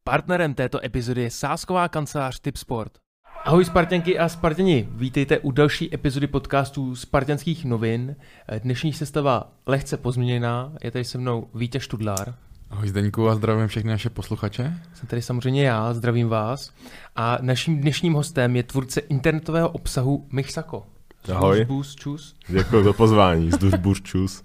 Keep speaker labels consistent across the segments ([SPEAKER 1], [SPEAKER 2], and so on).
[SPEAKER 1] Partnerem této epizody je sázková kancelář Tipsport. Ahoj Spartanky a Spartani, vítejte u další epizody podcastu Spartanských novin. Dnešní sestava lehce pozměněná, je tady se mnou Vítěz Študlár.
[SPEAKER 2] Ahoj Zdeňku a zdravím všechny naše posluchače.
[SPEAKER 1] Jsem tady samozřejmě já, zdravím vás. A naším dnešním hostem je tvůrce internetového obsahu Mich Sako.
[SPEAKER 3] Ahoj.
[SPEAKER 1] Zdůž, čus.
[SPEAKER 3] Děkuji za pozvání, zdůž, čus.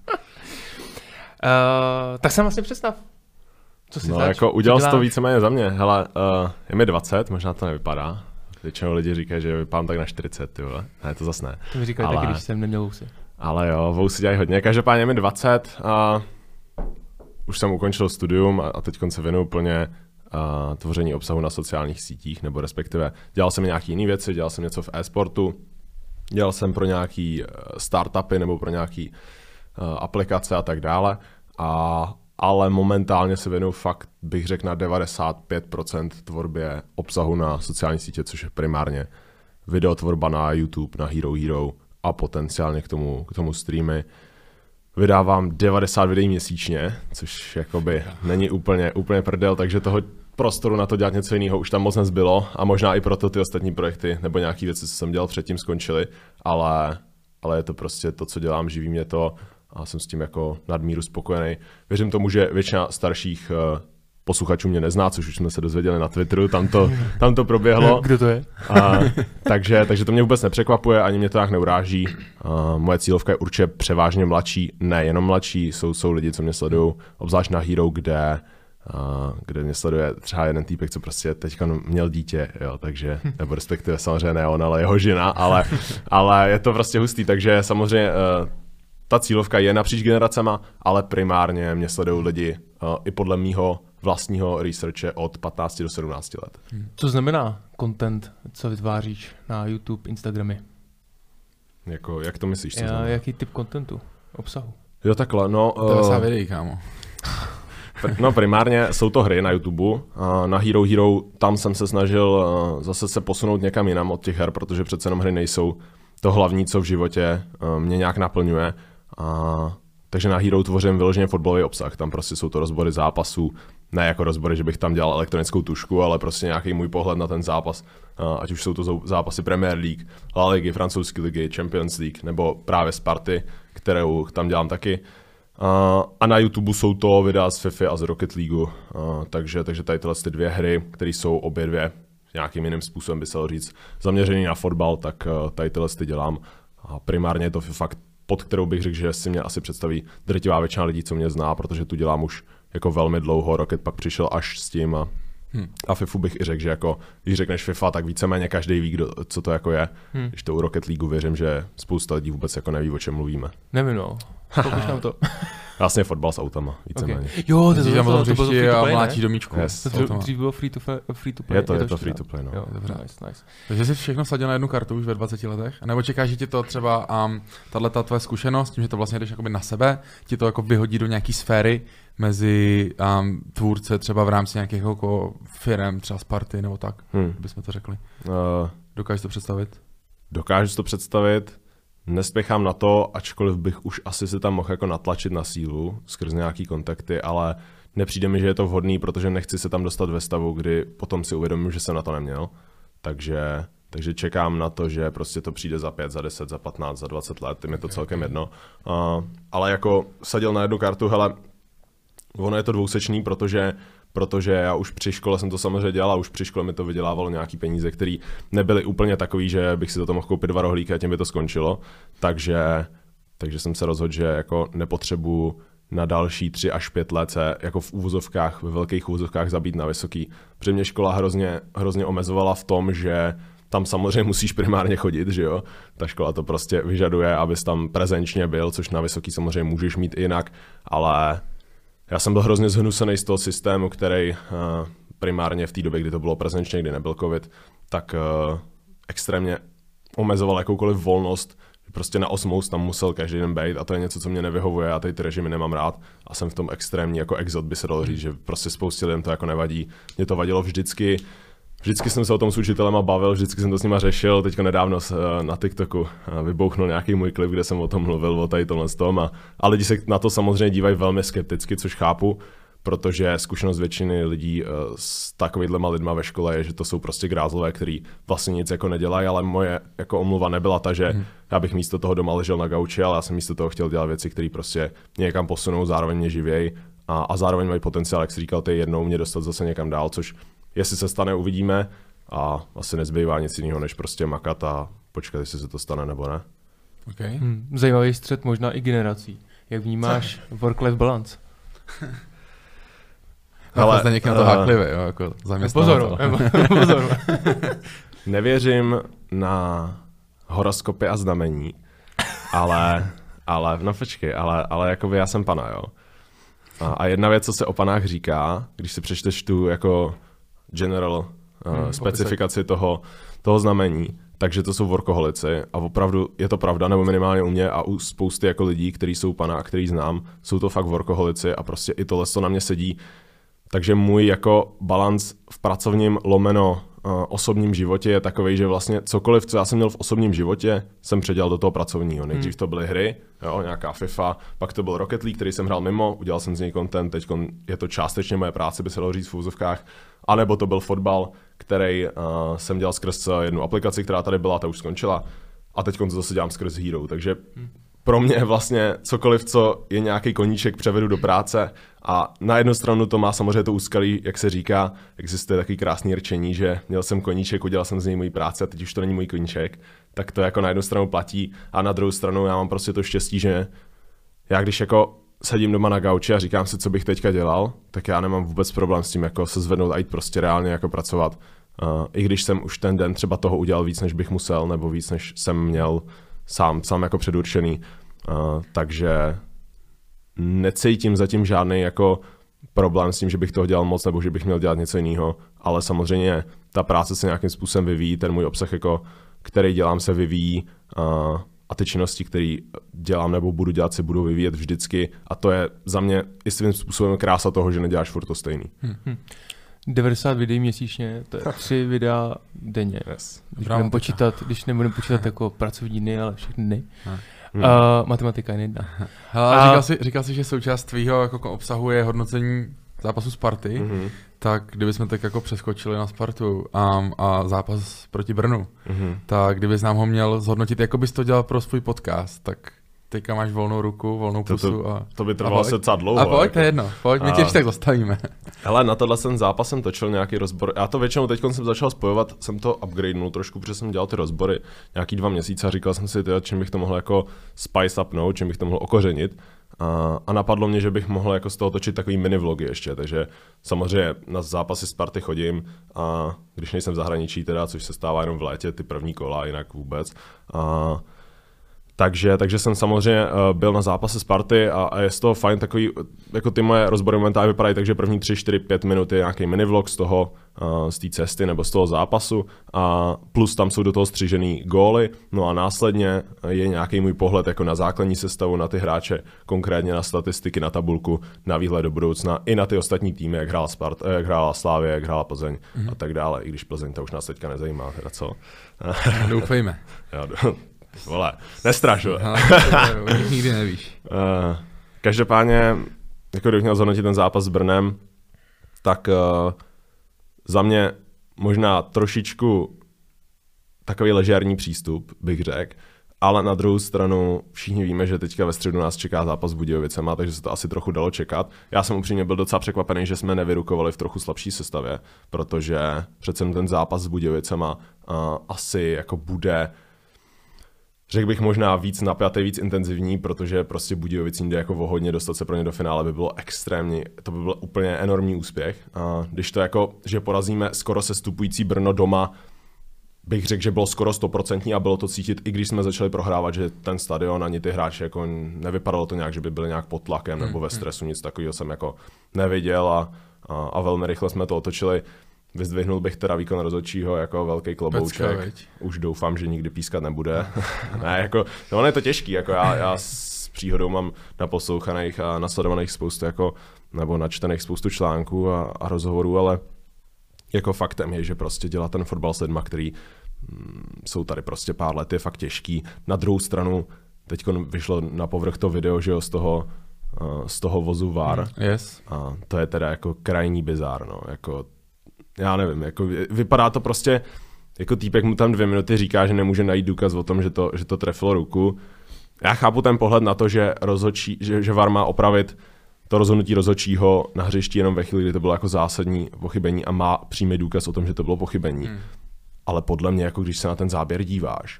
[SPEAKER 1] Tak se vlastně představ. Co si zač?
[SPEAKER 3] Jako udělal jsi to víceméně za mě. Hele, je mi 20, možná to nevypadá. Většinou lidi říkají, že vypadám tak na 40, ty vole. Ne, to zas ne.
[SPEAKER 1] To mi říkají taky, když jsem neměl vousy.
[SPEAKER 3] Ale jo, vousy dělají hodně. Každopádně je mi 20 a už jsem ukončil studium a teď se věnuju plně tvoření obsahu na sociálních sítích, nebo respektive dělal jsem nějaké jiné věci, dělal jsem něco v e-sportu, dělal jsem pro nějaký startupy nebo pro nějaký aplikace a tak dále. Ale momentálně se věnuju fakt, bych řekl, na 95% tvorbě obsahu na sociální sítě, což je primárně videotvorba na YouTube, na Hero a potenciálně k tomu streamy. Vydávám 90 videí měsíčně, což jakoby není úplně prdel, takže toho prostoru na to dělat něco jiného už tam moc nezbylo a možná i proto ty ostatní projekty nebo nějaké věci, co jsem dělal předtím, skončily, ale je to prostě to, co dělám, živí mě to a jsem s tím jako nadmíru spokojený. Věřím tomu, že většina starších posluchačů mě nezná, což už jsme se dozvěděli na Twitteru, tam to proběhlo.
[SPEAKER 1] Kdo to je?
[SPEAKER 3] Takže to mě vůbec nepřekvapuje, ani mě to nějak neuráží. Moje cílovka je určitě převážně mladší, ne jenom mladší, jsou lidi, co mě sledují, obzvlášť na Hero, kde mě sleduje třeba jeden týpek, co prostě teďka měl dítě, jo, takže, nebo respektive samozřejmě ne on, ale jeho žena, ale je to prostě hustý, takže samozřejmě ta cílovka je napříč generacema, ale primárně mě sledují lidi i podle mýho vlastního researche od 15 do 17 let.
[SPEAKER 1] Co znamená content, co vytváříš na YouTube, Instagramy?
[SPEAKER 3] Jak to myslíš?
[SPEAKER 1] Jaký typ contentu, obsahu?
[SPEAKER 3] Jo, takhle, no.
[SPEAKER 2] 90 videí, kámo.
[SPEAKER 3] No primárně jsou to hry na YouTube. Na Hero tam jsem se snažil zase se posunout někam jinam od těch her, protože přece jenom hry nejsou to hlavní, co v životě mě nějak naplňuje. Takže na Hero tvořím vyloženě fotbalový obsah. Tam prostě jsou to rozbory zápasů. Ne jako rozbory, že bych tam dělal elektronickou tušku, ale prostě nějaký můj pohled na ten zápas. Ať už jsou to zápasy Premier League, La Ligy, francouzské ligy, Champions League, nebo právě Sparty, kterou tam dělám taky. A na YouTube jsou to videa z FIFA a z Rocket League. Takže tady tyhle dvě hry, které jsou obě dvě nějakým jiným způsobem, by se dalo říct, zaměřený na fotbal, tak tady tyhle dělám. A primárně je to fakt, pod kterou bych řekl, že si mě asi představí drtivá většina lidí, co mě zná, protože tu dělám už jako velmi dlouho. Rocket pak přišel až s tím a FIFU bych i řekl, že jako, když řekneš FIFA, tak víceméně každý ví, co to jako je. Když to u Rocket League věřím, že spousta lidí vůbec jako neví, o čem mluvíme.
[SPEAKER 1] Nevím, no. Popiš nám to.
[SPEAKER 3] Vlastně fotbal s autama, víceméně.
[SPEAKER 1] Okay. Jo, to bylo free to play,
[SPEAKER 2] a mlátí domíčku.
[SPEAKER 3] Yes.
[SPEAKER 1] To dřív bylo free to play.
[SPEAKER 3] Je to free to play, no.
[SPEAKER 1] Jo, nice.
[SPEAKER 2] Takže jsi všechno vsadil na jednu kartu už ve 20 letech? A nebo čekáš, že ti to třeba tato tvoje zkušenost, tím, že to vlastně jdeš jakoby na sebe, ti to jako vyhodí do nějaký sféry mezi tvůrce třeba v rámci nějakých jako firem, třeba Sparty nebo tak, bychom to řekli. Dokážeš to představit?
[SPEAKER 3] Dokážu si to představit. Nespěchám na to, ačkoliv bych už asi se tam mohl jako natlačit na sílu skrz nějaký kontakty, ale nepřijde mi, že je to vhodný, protože nechci se tam dostat ve stavu, kdy potom si uvědomím, že jsem na to neměl. Takže čekám na to, že prostě to přijde za 5, za 10, za 15, za 20 let, tím je to celkem jedno. Ale jako sadil na jednu kartu, hele, ono je to dvousečný, protože já už při škole jsem to samozřejmě dělal a už při škole mi to vydělávalo nějaký peníze, které nebyly úplně takový, že bych si za to mohl koupit 2 rohlíky a tím by to skončilo. Takže jsem se rozhodl, že jako nepotřebuji na další 3 až 5 let se jako v úvozovkách, ve velkých úvozovkách zabít na vysoký. Protože mě škola hrozně omezovala v tom, že tam samozřejmě musíš primárně chodit, že jo. Ta škola to prostě vyžaduje, abys tam prezenčně byl, což na vysoký samozřejmě můžeš mít jinak, ale já jsem byl hrozně zhnusený z toho systému, který primárně v té době, kdy to bylo prezenčně, kdy nebyl covid, tak extrémně omezoval jakoukoliv volnost. Prostě na osmous tam musel každý den být a to je něco, co mě nevyhovuje, já tady ty režimy nemám rád a jsem v tom extrémní jako exot, by se dalo říct, že prostě spoustě lidem to jako nevadí. Mě to vadilo vždycky. Vždycky jsem se o tom s učitelema bavil, vždycky jsem to s nima řešil, teďka nedávno na TikToku vybouchnul nějaký můj klip, kde jsem o tom mluvil, o tady tomhle tom a lidi se na to samozřejmě dívají velmi skepticky, což chápu, protože zkušenost většiny lidí s takovýhlema lidma ve škole je, že to jsou prostě grázlové, který vlastně nic jako nedělají, ale moje jako omluva nebyla ta, že já bych místo toho doma ležel na gauči, ale já jsem místo toho chtěl dělat věci, které prostě mě někam posunou, zároveň mě živějí a zároveň mají potenciál, jak jsi říkal, ty jednou mě dostat zase někam dál, což jestli se stane, uvidíme a asi nezbývá nic jiného, než prostě makat a počkat, jestli se to stane nebo ne.
[SPEAKER 2] Okay.
[SPEAKER 1] Zajímavý střet možná i generací. Jak vnímáš work-life balance?
[SPEAKER 2] Ale jste někým to háklivý, jo, jako zaměstnavatel.
[SPEAKER 1] Pozoru.
[SPEAKER 3] Nevěřím na horoskopy a znamení, ale no počkej, ale jakoby já jsem pana, jo. A jedna věc, co se o panách říká, když si přečteš tu jako general specifikaci toho znamení, takže to jsou workoholici a opravdu je to pravda, nebo minimálně u mě a u spousty jako lidí, kteří jsou pana a který znám, jsou to fakt workoholici a prostě i tohle na mě sedí. Takže můj jako balans v pracovním osobním životě je takovej, že vlastně cokoliv, co já jsem měl v osobním životě, jsem předělal do toho pracovního. Nejdřív to byly hry, jo, nějaká FIFA, pak to byl Rocket League, který jsem hrál mimo, udělal jsem z něj content, teď je to částečně moje práce, by se dalo říct v úzovkách, anebo to byl fotbal, který jsem dělal skrz jednu aplikaci, která tady byla, ta už skončila, a teď to zase dělám skrz Hero, takže pro mě vlastně cokoliv, co je nějaký koníček, převedu do práce a na jednu stranu to má samozřejmě to úskalí, jak se říká, existuje takový krásný rčení, že měl jsem koníček, udělal jsem z něj můj práci a teď už to není můj koníček, tak to jako na jednu stranu platí a na druhou stranu já mám prostě to štěstí, že já když jako sedím doma na gauči a říkám si, co bych teďka dělal, tak já nemám vůbec problém s tím jako se zvednout a jít prostě reálně jako pracovat. I když jsem už ten den třeba toho udělal víc, než bych musel, nebo víc, než jsem měl sám jako předurčený. Takže necítím zatím žádný jako problém s tím, že bych toho dělal moc, nebo že bych měl dělat něco jiného, ale samozřejmě ta práce se nějakým způsobem vyvíjí, ten můj obsah, jako, který dělám, se vyvíjí a ty činnosti, které dělám nebo budu dělat, se budou vyvíjet vždycky a to je za mě i svým způsobem krása toho, že neděláš furt to stejný.
[SPEAKER 1] 90 videí měsíčně, to je 3 videa denně.
[SPEAKER 3] Yes.
[SPEAKER 1] Když nebudeme počítat jako pracovní dny, ale všechny dny. Matematika je jedna.
[SPEAKER 2] Říkal jsi, že součást tvýho jako obsahu je hodnocení zápasu Sparty, tak kdybychom tak jako přeskočili na Spartu a zápas proti Brnu, tak kdybys nám ho měl zhodnotit, jako bys to dělal pro svůj podcast, tak teďka máš volnou ruku, volnou pusu.
[SPEAKER 3] To by trvalo se docela dlouho.
[SPEAKER 2] A pojď, to je jedno, my tě tak zastavíme.
[SPEAKER 3] Hele, na tohle ten zápas jsem točil nějaký rozbor. Já to většinou teď jsem začal spojovat, jsem to upgradenul trošku, protože jsem dělal ty rozbory nějaký 2 měsíce a říkal jsem si, čím bych to mohl jako spice upnout, čím bych to mohl okořenit. A napadlo mě, že bych mohl jako z toho točit takový mini vlogy ještě, takže samozřejmě na zápasy Sparty chodím, a když nejsem v zahraničí teda, což se stává jenom v létě, ty první kola, jinak vůbec. Takže jsem samozřejmě byl na zápase Sparty a je z toho fajn takový, jako ty moje rozbory momentálně vypadají, takže první 3, 4, 5 minut je nějaký minivlog z toho, z té cesty nebo z toho zápasu a plus tam jsou do toho střižený góly, no a následně je nějaký můj pohled jako na základní sestavu, na ty hráče, konkrétně na statistiky, na tabulku, na výhled do budoucna i na ty ostatní týmy, jak hrála Sparta, jak hrála Slavia, jak hrála Plzeň a tak dále, i když Plzeň to už nás teďka nezajímá, teda co.
[SPEAKER 2] Doufejme.
[SPEAKER 3] Vole, nestraš.
[SPEAKER 2] Nikdy nevíš.
[SPEAKER 3] Každopádně, jako kdybych měl zhodnotit ten zápas s Brnem, tak za mě možná trošičku takový ležérní přístup, bych řekl, ale na druhou stranu všichni víme, že teďka ve středu nás čeká zápas s Budějovicema, takže se to asi trochu dalo čekat. Já jsem upřímně byl docela překvapený, že jsme nevyrukovali v trochu slabší sestavě, protože přece ten zápas s Budějovicema asi jako bude, řekl bych možná víc napjatý, víc intenzivní, protože prostě Budějovicím jde jako o hodně, dostat se pro ně do finále by bylo extrémně, to by byl úplně enormní úspěch. A když to jako, že porazíme skoro sestupující Brno doma, bych řekl, že bylo skoro 100% a bylo to cítit, i když jsme začali prohrávat, že ten stadion ani ty hráči jako nevypadalo to nějak, že by byli nějak pod tlakem nebo ve stresu, nic takového jsem jako neviděl a velmi rychle jsme to otočili. Vyzdvihnul bych teda výkon rozhodčího jako velký klobouček. Už doufám, že nikdy pískat nebude. Ne, jako, ono je to těžký, jako já s příhodou mám naposlouchaných a nasledovaných spoustu jako, nebo načtených spoustu článků a rozhovorů, ale jako faktem je, že prostě dělat ten fotbal s lidma, který jsou tady prostě pár let, je fakt těžký. Na druhou stranu, teď vyšlo na povrch to video, že jo, z toho z toho vozu VAR.
[SPEAKER 2] Yes.
[SPEAKER 3] A to je teda jako krajní bizár, no. Jako, já nevím, jako vypadá to prostě, jako týpek mu tam 2 minuty říká, že nemůže najít důkaz o tom, že to trefilo ruku. Já chápu ten pohled na to, že VAR má opravit to rozhodnutí rozhodčího na hřišti jenom ve chvíli, kdy to bylo jako zásadní pochybení a má přímý důkaz o tom, že to bylo pochybení. Ale podle mě, jako když se na ten záběr díváš,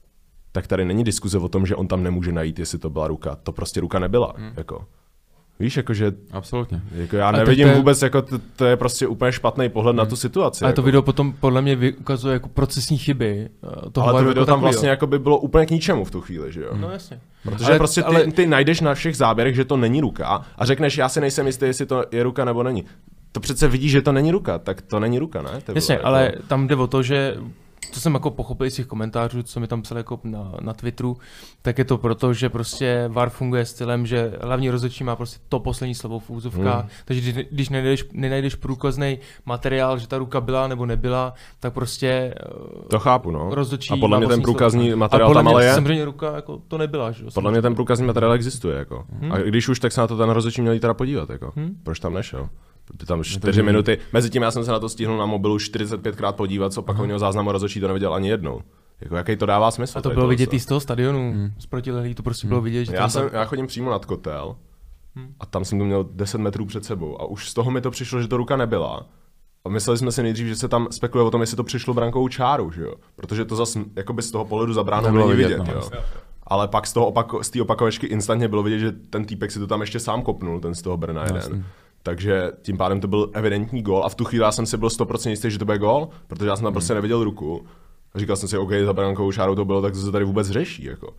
[SPEAKER 3] tak tady není diskuze o tom, že on tam nemůže najít, jestli to byla ruka. To prostě ruka nebyla. Jako. Víš, jakože...
[SPEAKER 2] Absolutně.
[SPEAKER 3] Jako já nevidím vůbec, jako to je prostě úplně špatný pohled na tu situaci.
[SPEAKER 1] Ale
[SPEAKER 3] jako.
[SPEAKER 1] to video potom podle mě ukazuje jako procesní chyby.
[SPEAKER 3] Ale to video tam vlastně jako by bylo úplně k ničemu v tu chvíli, že jo?
[SPEAKER 1] No jasně.
[SPEAKER 3] Protože prostě ty najdeš na všech záběrech, že to není ruka a řekneš, já si nejsem jistý, jestli to je ruka nebo není. To přece vidíš, že to není ruka, tak to není ruka, ne?
[SPEAKER 1] Jasně, ale tam jde o to, že to jsem jako pochopil z těch komentářů, co mi tam psali jako na Twitteru, tak je to proto, že prostě VAR funguje stylem, že hlavní rozhodčí má prostě to poslední slovo v úzovkách, takže když nenajdeš průkazný materiál, že ta ruka byla nebo nebyla, tak prostě
[SPEAKER 3] to chápu, no.
[SPEAKER 1] Rozhodčí
[SPEAKER 3] a podle mě ten průkazní materiál tam ale je.
[SPEAKER 1] Samozřejmě ruka jako to nebyla, že?
[SPEAKER 3] Podle mě ten průkazní materiál existuje, jako. A když už, tak se na to ten rozhodčí měl jít teda podívat, jako. Proč tam nešel? Tam 4 minuty. Mezitím já jsem se na to stihl na mobilu 45krát podívat, co opakovného záznamu rozhodčí to neviděl ani jednou. Jako jaký to dává smysl?
[SPEAKER 1] A to bylo vidět i z toho stadionu, z protilehlí, to prostě bylo vidět, že
[SPEAKER 3] já chodím přímo nad kotel a tam jsem to měl 10 metrů před sebou a už z toho mi to přišlo, že to ruka nebyla. A mysleli jsme si nejdřív, že se tam spekuluje o tom, jestli to přišlo brankovou čáru, že jo? Protože to zase jakoby z toho pohledu za bránou není vidět, jo. Ale pak z té opakovačky instantně bylo vidět, že ten týpek si to tam ještě sám kopnul, ten z toho Brna jeden. Takže tím pádem to byl evidentní gól a v tu chvíli já jsem si byl 100% jistý, že to bude gól, protože já jsem tam prostě neviděl ruku. A říkal jsem si, OK, za brankovou čárou to bylo, tak to se tady vůbec řeší, jako.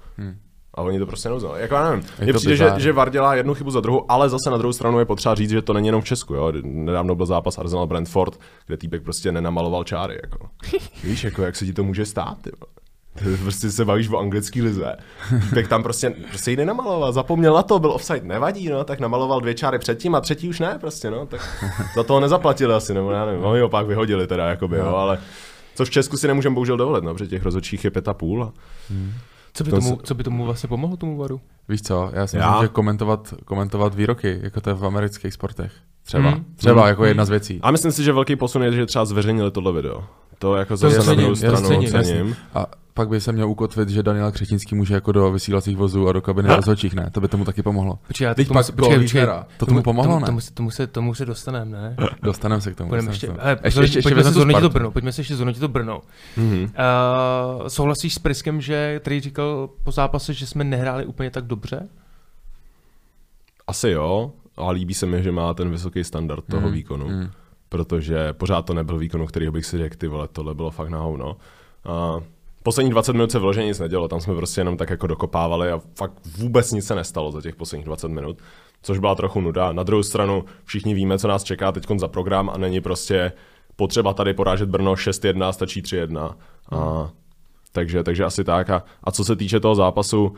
[SPEAKER 3] A oni to prostě neuznali. Jako já nevím, mně přijde, že VAR dělá jednu chybu za druhou, ale zase na druhou stranu je potřeba říct, že to není jenom v Česku, jo. Nedávno byl zápas Arsenal-Brentford, kde týpek prostě nenamaloval čáry, jako. Víš, jako jak se ti to může stát, jo. Prostě se bavíš o anglický lize. Tak tam prostě ji nenamaloval, zapomněl na to, byl offside, nevadí, no, tak namaloval 2 čáry předtím a třetí už ne, prostě, no, tak za toho nezaplatili asi, nebo já nevím, oni opak vyhodili teda, jakoby, jo, ale což v Česku si nemůžeme bohužel dovolit, no, protože těch rozhodčích je 5,5.
[SPEAKER 1] Co by tomu vlastně pomohlo, tomu VARu?
[SPEAKER 2] Víš co, já si myslím, že komentovat výroky, jako to je v amerických sportech. Třeba jako jedna z věcí.
[SPEAKER 3] A myslím si, že velký posun je, že třeba zveřejnili tohle video. To jako zase na druhou stranu cením.
[SPEAKER 2] A pak by se měl ukotvit, že Daniel Křetínský může jako do vysílacích vozů a do kabiny rozhodčích, ne? To by tomu taky pomohlo.
[SPEAKER 1] Počkej,
[SPEAKER 2] to tomu pomohlo, ne?
[SPEAKER 1] Tomu se dostaneme, ne?
[SPEAKER 2] Dostaneme se k tomu.
[SPEAKER 1] Pojďme se ještě zhodnotit to Brno. Souhlasíš s Priskem, který říkal po zápase, že jsme nehráli úplně tak dobře?
[SPEAKER 3] Asi jo, ale líbí se mi, že má ten vysoký standard toho výkonu. Protože pořád to nebyl výkon, kterýho bych si řekl, ty vole, tohle bylo fakt na hovno. Posledních 20 minut se vloženě nic nedělo, tam jsme prostě jenom tak jako dokopávali a fakt vůbec nic se nestalo za těch posledních 20 minut, což byla trochu nuda. Na druhou stranu všichni víme, co nás čeká teď za program a není prostě potřeba tady porážet Brno 6-1, stačí 3-1. Takže asi tak. A co se týče toho zápasu,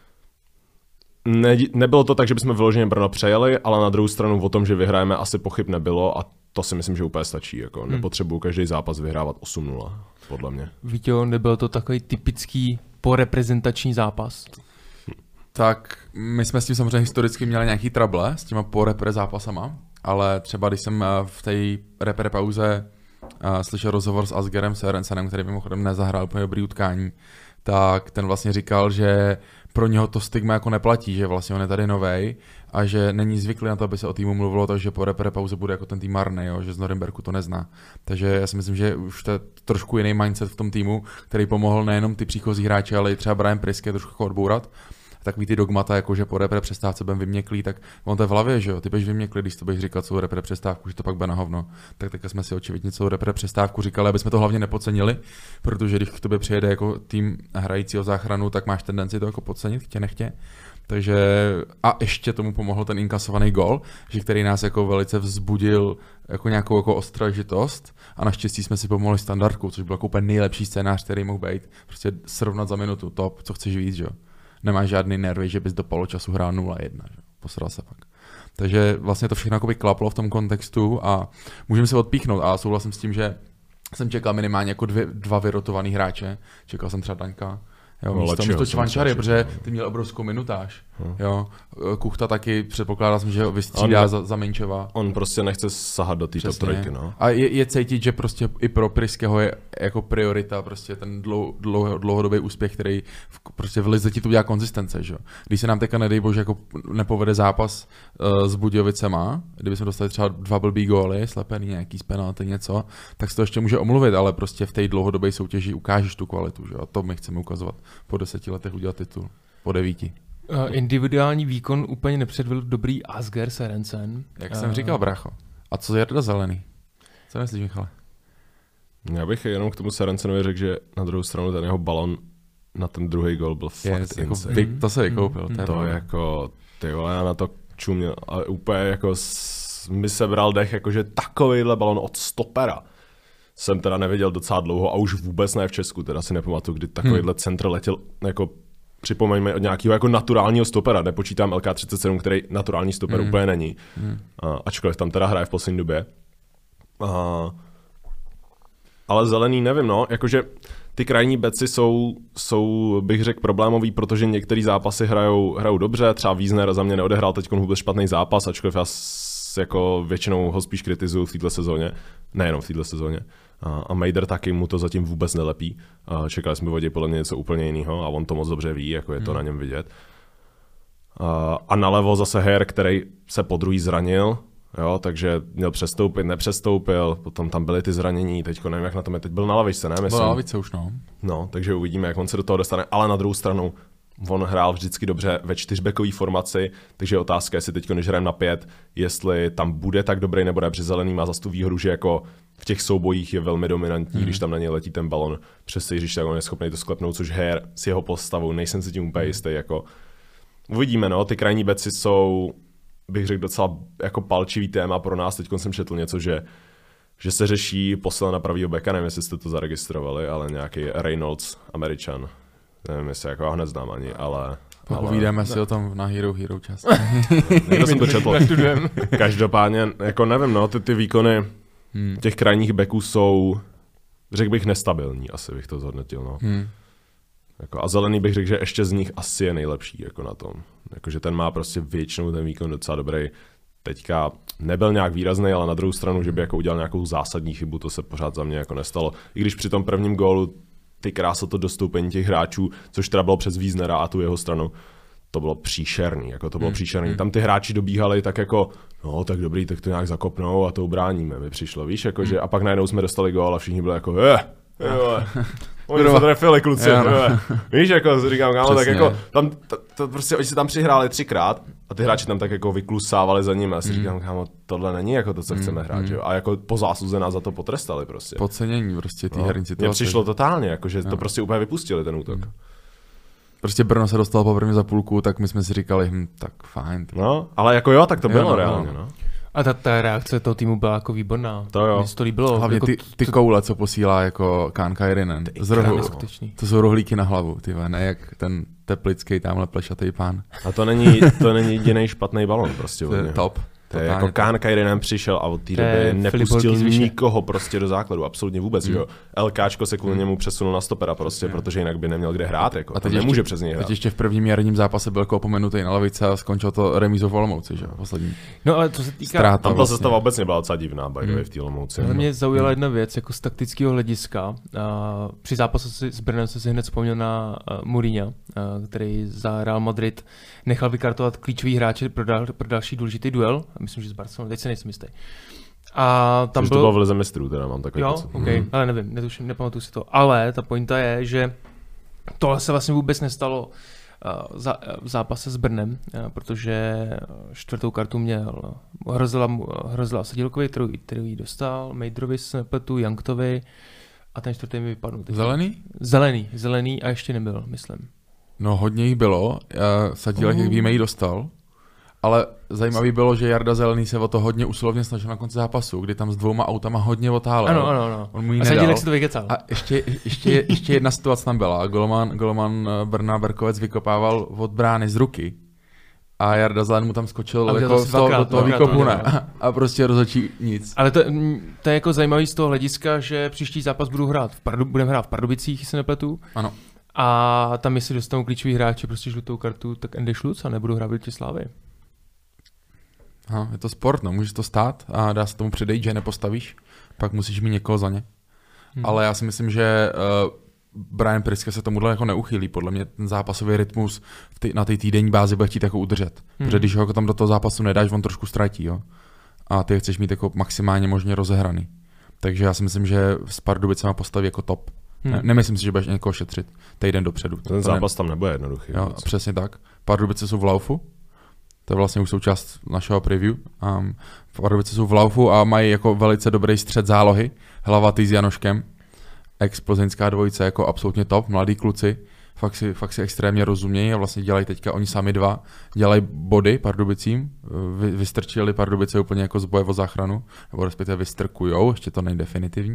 [SPEAKER 3] nebylo to tak, že bychom vyloženě Brno přejeli, ale na druhou stranu o tom, že vyhrajeme, asi pochyb nebylo a to si myslím, že úplně stačí. Jako. Nepotřebuju každý zápas vyhrávat 8-0, podle mě.
[SPEAKER 1] Víte, nebyl to takový typický poreprezentační zápas?
[SPEAKER 2] Tak my jsme s tím samozřejmě historicky měli nějaký trable s těma porepre zápasama, ale třeba když jsem v té repre pauze slyšel rozhovor s Asgerem Sørensenem, který mimochodem nezahrál úplně dobrý utkání, tak ten vlastně říkal, že pro něho to stigma jako neplatí, že vlastně on je tady novej a že není zvyklý na to, aby se o týmu mluvilo, takže po repre pauze bude jako ten tým marný, jo, že z Norimberku to nezná. Takže já si myslím, že už to je trošku jiný mindset v tom týmu, který pomohl nejenom ty příchozí hráči, ale i třeba Brian Priske trošku jako odbourat. Takový ty dogmata, jako že po repre přestávce budem vyměklý, tak on to je v hlavě, že jo, ty budeš vyměklý, když to budeš říkat celou repre přestávku, že to pak bude na hovno. Tak teďka jsme si očividně celou repre přestávku říkali, aby jsme to hlavně nepodcenili, protože když k tobě přijede jako tým hrající o záchranu, tak máš tendenci to jako podcenit, chtě nechtě. Takže a ještě tomu pomohl ten inkasovaný gol, že který nás jako velice vzbudil jako nějakou jako ostražitost a naštěstí jsme si pomohli standardku, což byl jako úplně nejlepší scénář, který mohl být, prostě srovnat za minutu to, co chceš víc, že jo. Nemáš žádný nervy, že bys do poločasu hrál 0-1, že? Posral se pak. Takže vlastně to všechno jakoby klaplo v tom kontextu a můžeme se odpíchnout a souhlasím s tím, že jsem čekal minimálně jako 2 vyrotovaný hráče, čekal jsem třeba Daňka, Jo, místo Čvančary, protože ty měl obrovskou minutáž. Jo. Kuchta taky předpokládal jsem, že ho vystřídá za Minčeva.
[SPEAKER 3] On prostě nechce sahat do té top trojky, no.
[SPEAKER 2] A je cítit, že prostě i pro Pryskeho je jako priorita prostě ten dlouhodobý úspěch, který prostě v lize ti tu udělá konzistence, že jo. Když se nám teďka nedej bože jako nepovede zápas s Budějovicema, kdyby jsme dostali třeba 2 blbý góly, slepený nějaký z penalty něco, tak se to ještě může omluvit, ale prostě v té dlouhodobé soutěži ukážeš tu kvalitu, že jo. A to my chceme ukazovat. Po 10 letech udělat titul. Po 9.
[SPEAKER 1] Individuální výkon úplně nepředvedl dobrý Asger Serencen.
[SPEAKER 2] Jak jsem říkal, brácho. A co Jarda Zelený? Co myslíš, Michale?
[SPEAKER 3] Já bych jenom k tomu Serencenovi řekl, že na druhou stranu ten jeho balon na ten druhý gol byl fakt
[SPEAKER 2] jako to se vykoupil.
[SPEAKER 3] To jako, ty vole, já na to čuměl. Ale úplně jako mi sebral dech, jakože takovejhle balon od stopera jsem teda neviděl docela dlouho a už vůbec ne v Česku, teda si nepamatuju, kdy takovýhle centr letěl, jako připomeňme od nějakého jako naturálního stopera, nepočítám LK37, který naturální stoper úplně není, ačkoliv tam teda hraje v poslední době. Ale Zelený nevím, no, jakože ty krajní beci jsou bych řekl problémový, protože některé zápasy hrajou dobře, třeba Wiesner za mě neodehrál teď vůbec špatný zápas, ačkoliv já jako většinou ho spíš kritizuju v této sezóně, nejenom v této sezóně. A Mejder taky mu to zatím vůbec nelepí. Čekali jsme od něj podle mě něco úplně jiného a on to moc dobře ví, jako je to na něm vidět. A nalevo zase Her, který se podruhý zranil, jo, takže měl přestoupit, nepřestoupil, potom tam byly ty zranění, teďko nevím, jak na tom je, teď byl na lavičce, ne?
[SPEAKER 2] Byl na lavičce už, no.
[SPEAKER 3] No, takže uvidíme, jak on se do toho dostane, ale na druhou stranu on hrál vždycky dobře ve 4backové formaci, takže je otázka, jestli teď, když hrajeme na 5, jestli tam bude tak dobrý nebo ne, protože Zelený má zase tu výhodu, že jako v těch soubojích je velmi dominantní, když tam na něj letí ten balon, přes když tak on je schopný to sklepnout, což Her s jeho postavou, nejsem si tím úplně jistý, jako uvidíme, no, ty krajní beci jsou, bych řekl, docela jako palčivý téma pro nás, teď jsem četl něco, že se řeší posel na pravýho beka, nevím, jestli jste to zaregistrovali, ale nějaký Reynolds, Američan. Nevím, jestli jako já hned znám ani, ale...
[SPEAKER 2] Povídáme si o tom na Hero čas.
[SPEAKER 3] Někdo jsem to četl. Každopádně, jako nevím, no, ty výkony těch krajních backů jsou, řekl bych, nestabilní, asi bych to zhodnotil, no. Jako, a Zelený bych řekl, že ještě z nich asi je nejlepší, jako na tom. Jakože ten má prostě většinou ten výkon docela dobrý. Teďka nebyl nějak výrazný, ale na druhou stranu, že by jako udělal nějakou zásadní chybu, to se pořád za mě jako nestalo. I když při tom prvním gólu ty krása to dostoupení těch hráčů, což teda bylo přes Wiesnera a tu jeho stranu, to bylo příšerný, jako to bylo příšerný. Tam ty hráči dobíhali tak jako, no tak dobrý, tak to nějak zakopnou a to ubráníme, mi přišlo, víš, jakože a pak najednou jsme dostali gól a všichni byli jako, oni se trefili, kluci, víš, jako říkám, kámo, tak jako, tam, to prostě, oni si tam přihráli 3krát a ty hráči tam tak jako vyklusávali za ním a si říkám, kámo, tohle není jako to, co chceme hrát, že jo, a jako po zásluze nás za to potrestali prostě.
[SPEAKER 2] Podcenění prostě ty herní situace.
[SPEAKER 3] Mně přišlo totálně, jako, že to prostě úplně vypustili ten útok.
[SPEAKER 2] Prostě Brno se dostalo poprvé za půlku, tak my jsme si říkali, tak fajn.
[SPEAKER 3] No, ale jako jo, tak to bylo reálně, no.
[SPEAKER 1] A ta reakce toho týmu byla jako výborná.
[SPEAKER 3] To jo.
[SPEAKER 1] Mně se to líbilo.
[SPEAKER 2] Hlavně
[SPEAKER 1] jako
[SPEAKER 2] ty koule, co posílá jako Kaan Kairinen z rohu. To jsou rohlíky na hlavu, tyhle, ne jak ten teplický tamhle plešatý pán.
[SPEAKER 3] A to není jediný špatný balon prostě.
[SPEAKER 2] To je top.
[SPEAKER 3] To je jako Kaan Kairinen přišel a od té doby nepustil nikoho prostě do základu, absolutně vůbec, že jo. LKčko se kvůli němu přesunul na stopera prostě, protože jinak by neměl kde hrát, jako. A teď nemůže přes něj hrát.
[SPEAKER 2] Teď ještě v prvním jarním zápase byl jako opomenutý na lavice a skončil to remízou v Olomouci, že jo, poslední.
[SPEAKER 1] No ale co se týká...
[SPEAKER 3] Tam ta sestava vůbec nebyla docela divná, by the way, v té Olomouci.
[SPEAKER 1] Mě zaujala jedna věc, jako z taktického hlediska. Při zápasu s Brnem jsem si hned vzpomněl na Mourinha, který za Real Madrid nechal vykartovat klíčový hráče pro další důležitý duel, myslím, že s Barcelonou, teď se nejsem jistý. A tam
[SPEAKER 3] to bylo v lize mistrů, teda mám takový pocit.
[SPEAKER 1] Okay, ale nevím, netuším, nepamatuju si to. Ale ta pointa je, že tohle se vlastně vůbec nestalo v zápase s Brnem, protože čtvrtou kartu měl hrozila Sadílkovi, kterou jí dostal, Mejdrovi se nepletu, Janktovi a ten čtvrtý mi vypadnul. Zelený a ještě nebyl, myslím.
[SPEAKER 2] No hodně jich bylo, Sadílek, jak víme, jí dostal. Ale zajímavý bylo, že Jarda Zelený se o to hodně usilovně snažil na konci zápasu, kdy tam s 2 autama hodně otálel.
[SPEAKER 1] Ano.
[SPEAKER 2] On mu ji
[SPEAKER 1] a Sadílek si to vykecal.
[SPEAKER 2] A ještě jedna situace tam byla. Golman Brna Berkovec vykopával od brány z ruky. A Jarda Zelený mu tam skočil jako do toho výkopu a prostě rozhodčí nic.
[SPEAKER 1] Ale to je jako zajímavý z toho hlediska, že příští zápas budeme hrát v Pardubicích, jestli nepletu.
[SPEAKER 2] Ano.
[SPEAKER 1] A tam, jestli dostanou klíčoví hráči prostě žlutou kartu, tak Andy Schulz a nebudou hrát v Slávy.
[SPEAKER 2] Je to sport, no, můžeš to stát a dá se tomu předejít, že nepostavíš, pak musíš mít někoho za ně. Ale já si myslím, že Brian Priske se tomuhle jako neuchýlí. Podle mě ten zápasový rytmus na té týdenní bázi bude chtít jako udržet. Protože když ho tam do toho zápasu nedáš, on trošku ztratí, jo. A ty chceš mít jako maximálně možně rozehraný. Takže já si myslím, že s Pardubicema postaví jako top. Nemyslím si, že budeš někoho šetřit týden dopředu.
[SPEAKER 3] Ten zápas tam nebude jednoduchý.
[SPEAKER 2] Jo, přesně tak. Pardubice jsou v laufu. To je vlastně už součást našeho preview. Pardubice jsou v laufu a mají jako velice dobrý střed zálohy. Hlavatý s Janoškem. Ex-plzeňská dvojice jako absolutně top. Mladí kluci. Fakt si extrémně rozumějí a vlastně dělají teďka oni sami dva. Dělají body Pardubicím. Vystrčili Pardubice úplně jako z boje o záchranu. Nebo respektive vystrkujou, ještě to není definitivní.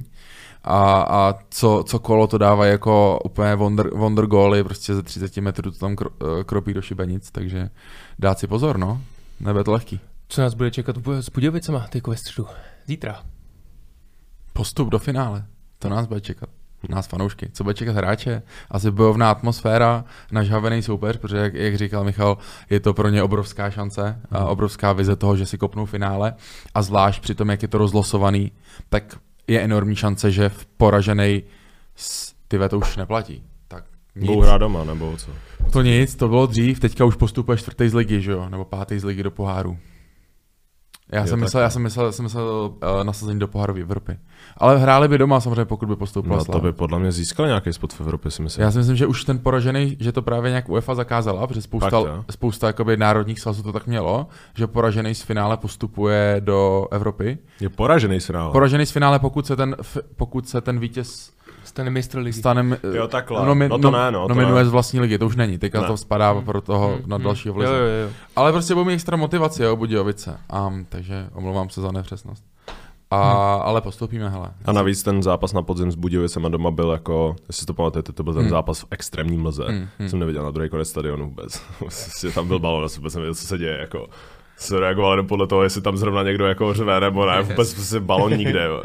[SPEAKER 2] A co kolo to dává jako úplně wonder goaly, prostě ze 30 metrů to tam kropí do šibenic, takže dát si pozor, no. Nebude to lehký.
[SPEAKER 1] Co nás bude čekat s Budějovicema teďko ve středu? Zítra.
[SPEAKER 2] Postup do finále. To nás bude čekat. Nás fanoušky. Co bude čekat hráče? Asi bojovná atmosféra, nažhavený soupeř, protože jak říkal Michal, je to pro ně obrovská šance a obrovská vize toho, že si kopnou finále a zvlášť při tom, jak je to rozlosovaný, tak je enormní šance, že v poraženej to už neplatí. Tak
[SPEAKER 3] budou hrát doma, nebo co?
[SPEAKER 2] To nic, to bylo dřív, teďka už postupuje 4. z ligy, že jo, nebo 5. z ligy do poháru. Já jsem myslel nasazení do poháru v Evropě. Ale hráli by doma samozřejmě, pokud by postoupila Slava.
[SPEAKER 3] To by podle mě získal nějaký spot v Evropě, si myslím.
[SPEAKER 2] Já si myslím, že už ten poražený, že to právě nějak UEFA zakázala, protože spousta jakoby národních svazů to tak mělo, že poražený z finále postupuje do Evropy.
[SPEAKER 3] Je poražený z finále.
[SPEAKER 2] Poražený z finále, pokud se ten vítěz
[SPEAKER 1] stane mistr ligy.
[SPEAKER 3] Jo, takhle.
[SPEAKER 2] Nominuje z vlastní ligy, to už není. Teďka to spadá pro toho na dalšího vlivu.
[SPEAKER 1] Jo.
[SPEAKER 2] Ale prostě budou mít extra motivaci, jo, Budějovice. Takže omlouvám se za nepřesnost. Ale postoupíme, hele.
[SPEAKER 3] A navíc ten zápas na podzim s Budějovicema doma byl jako, jestli to pamatujete, to byl ten zápas v extrémní mlze. Jsem neviděl na druhý konec stadionu vůbec. Tam byl balon, vůbec jsem věděl, co se děje. Jako, se reagoval jenom podle toho, jestli tam zrovna někdo jako řve nebo ne. Vůbec balon nikde. Jo.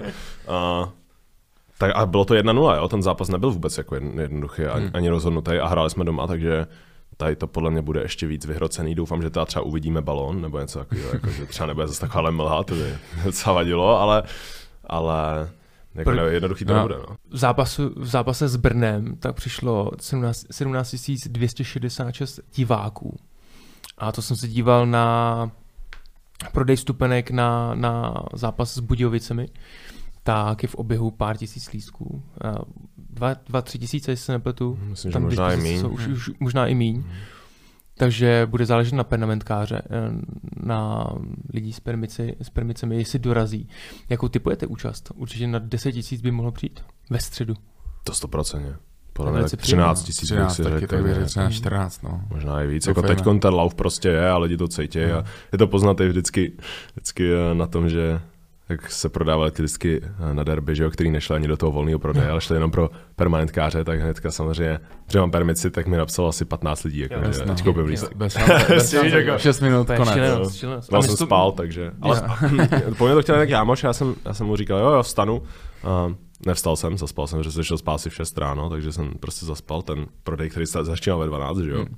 [SPEAKER 3] A bylo to 1-0, jo? Ten zápas nebyl vůbec jako jednoduchý ani rozhodnutý a hráli jsme doma, takže tady to podle mě bude ještě víc vyhrocený. Doufám, že třeba uvidíme balón nebo něco takového, jako, že třeba nebude zase taková mlha, to by docela vadilo, ale jako jednoduchý to nebude. No.
[SPEAKER 1] V zápase s Brnem tak přišlo 17 266 diváků. A to jsem se díval na prodej stupenek na zápas s Budějovicemi. Tak je v oběhu pár tisíc lístků. 2-3 tisíce, jestli se nepletu.
[SPEAKER 3] Myslím, tam že možná i míň.
[SPEAKER 1] Už možná i míň. Takže bude záležet na pernamentkáře, na lidí s permicemi, jestli dorazí. Jakou typujete účast? Určitě na 10 tisíc by mohlo přijít ve středu.
[SPEAKER 3] To 100%. Podle mě 13 tisíc bych si řekl.
[SPEAKER 2] Tak bych řekl 14, no.
[SPEAKER 3] Možná i víc. Jako teďkon ten lauf prostě je a lidi to cítějí a je to poznatý vždycky na tom, že jak se prodávaly ty lístky na derby, že jo, který nešly ani do toho volného prodeje, ale šly jenom pro permanentkáře, tak hnedka samozřejmě, že mám permici, tak mi napsalo asi 15 lidí, jako, že ať koupím lístek.
[SPEAKER 2] Bez 6 minut, konec.
[SPEAKER 3] Já jsem spal, takže. Ale po mě to chtěl nějaký jámoš, já jsem mu říkal, jo, vstanu. Nevstal jsem, zaspal jsem, že jsem šel spát si v 6 ráno, takže jsem prostě zaspal ten prodej, který se začínal ve 12, že jo.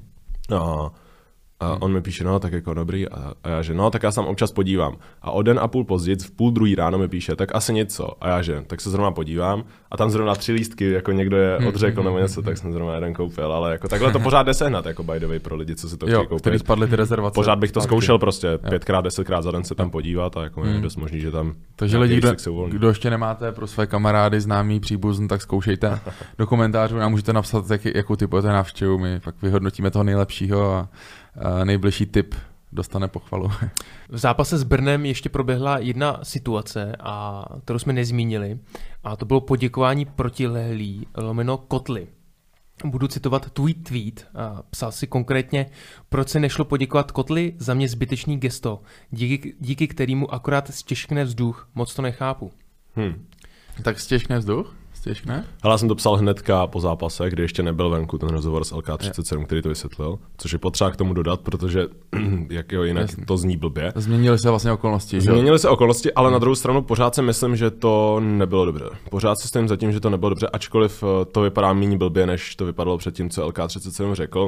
[SPEAKER 3] A on mi píše, no tak jako dobrý, a já že no, tak já se tam občas podívám. A o den a půl později, v 12:30 ráno mi píše, tak asi něco. A já že, tak se zrovna podívám a tam zrovna 3 lístky, jako někdo je odřekl nebo něco, tak jsem zrovna jeden koupil, ale jako takhle to pořád jde sehnat, jako by the way pro lidi, co si to chtějí koupit.
[SPEAKER 2] Který spadly ty rezervace.
[SPEAKER 3] Pořád bych to zkoušel prostě 5x, 10x za den se tam podívat a jako je dost možný, že tam.
[SPEAKER 2] Takže lidi, kdo ještě nemáte pro své kamarády, známí, příbuzný, tak zkoušejte. Do komentářů nám můžete napsat, jakou typujete návštěvu, my fakt vyhodnotíme toho nejlepšího a nejbližší tip dostane pochvalu.
[SPEAKER 1] V zápase s Brnem ještě proběhla jedna situace, kterou jsme nezmínili, a to bylo poděkování protilehlý /Kotly. Budu citovat tvůj tweet. Psal si konkrétně, proč se nešlo poděkovat Kotly, za mě zbytečný gesto, díky kterému akorát stěžkne vzduch, moc to nechápu.
[SPEAKER 2] Tak stěžkne vzduch? Stěž, ne?
[SPEAKER 3] Ale já jsem to psal hnedka po zápase, kdy ještě nebyl venku ten rozhovor s LK37, který to vysvětlil, což je potřeba k tomu dodat, protože jak jo, jinak to zní blbě.
[SPEAKER 2] Změnily se vlastně okolnosti, že?
[SPEAKER 3] Změnily se okolnosti, ale na druhou stranu pořád si myslím, že to nebylo dobře. Pořád si stojím za tím, že to nebylo dobře, ačkoliv to vypadá méně blbě, než to vypadalo předtím, co LK37 řekl.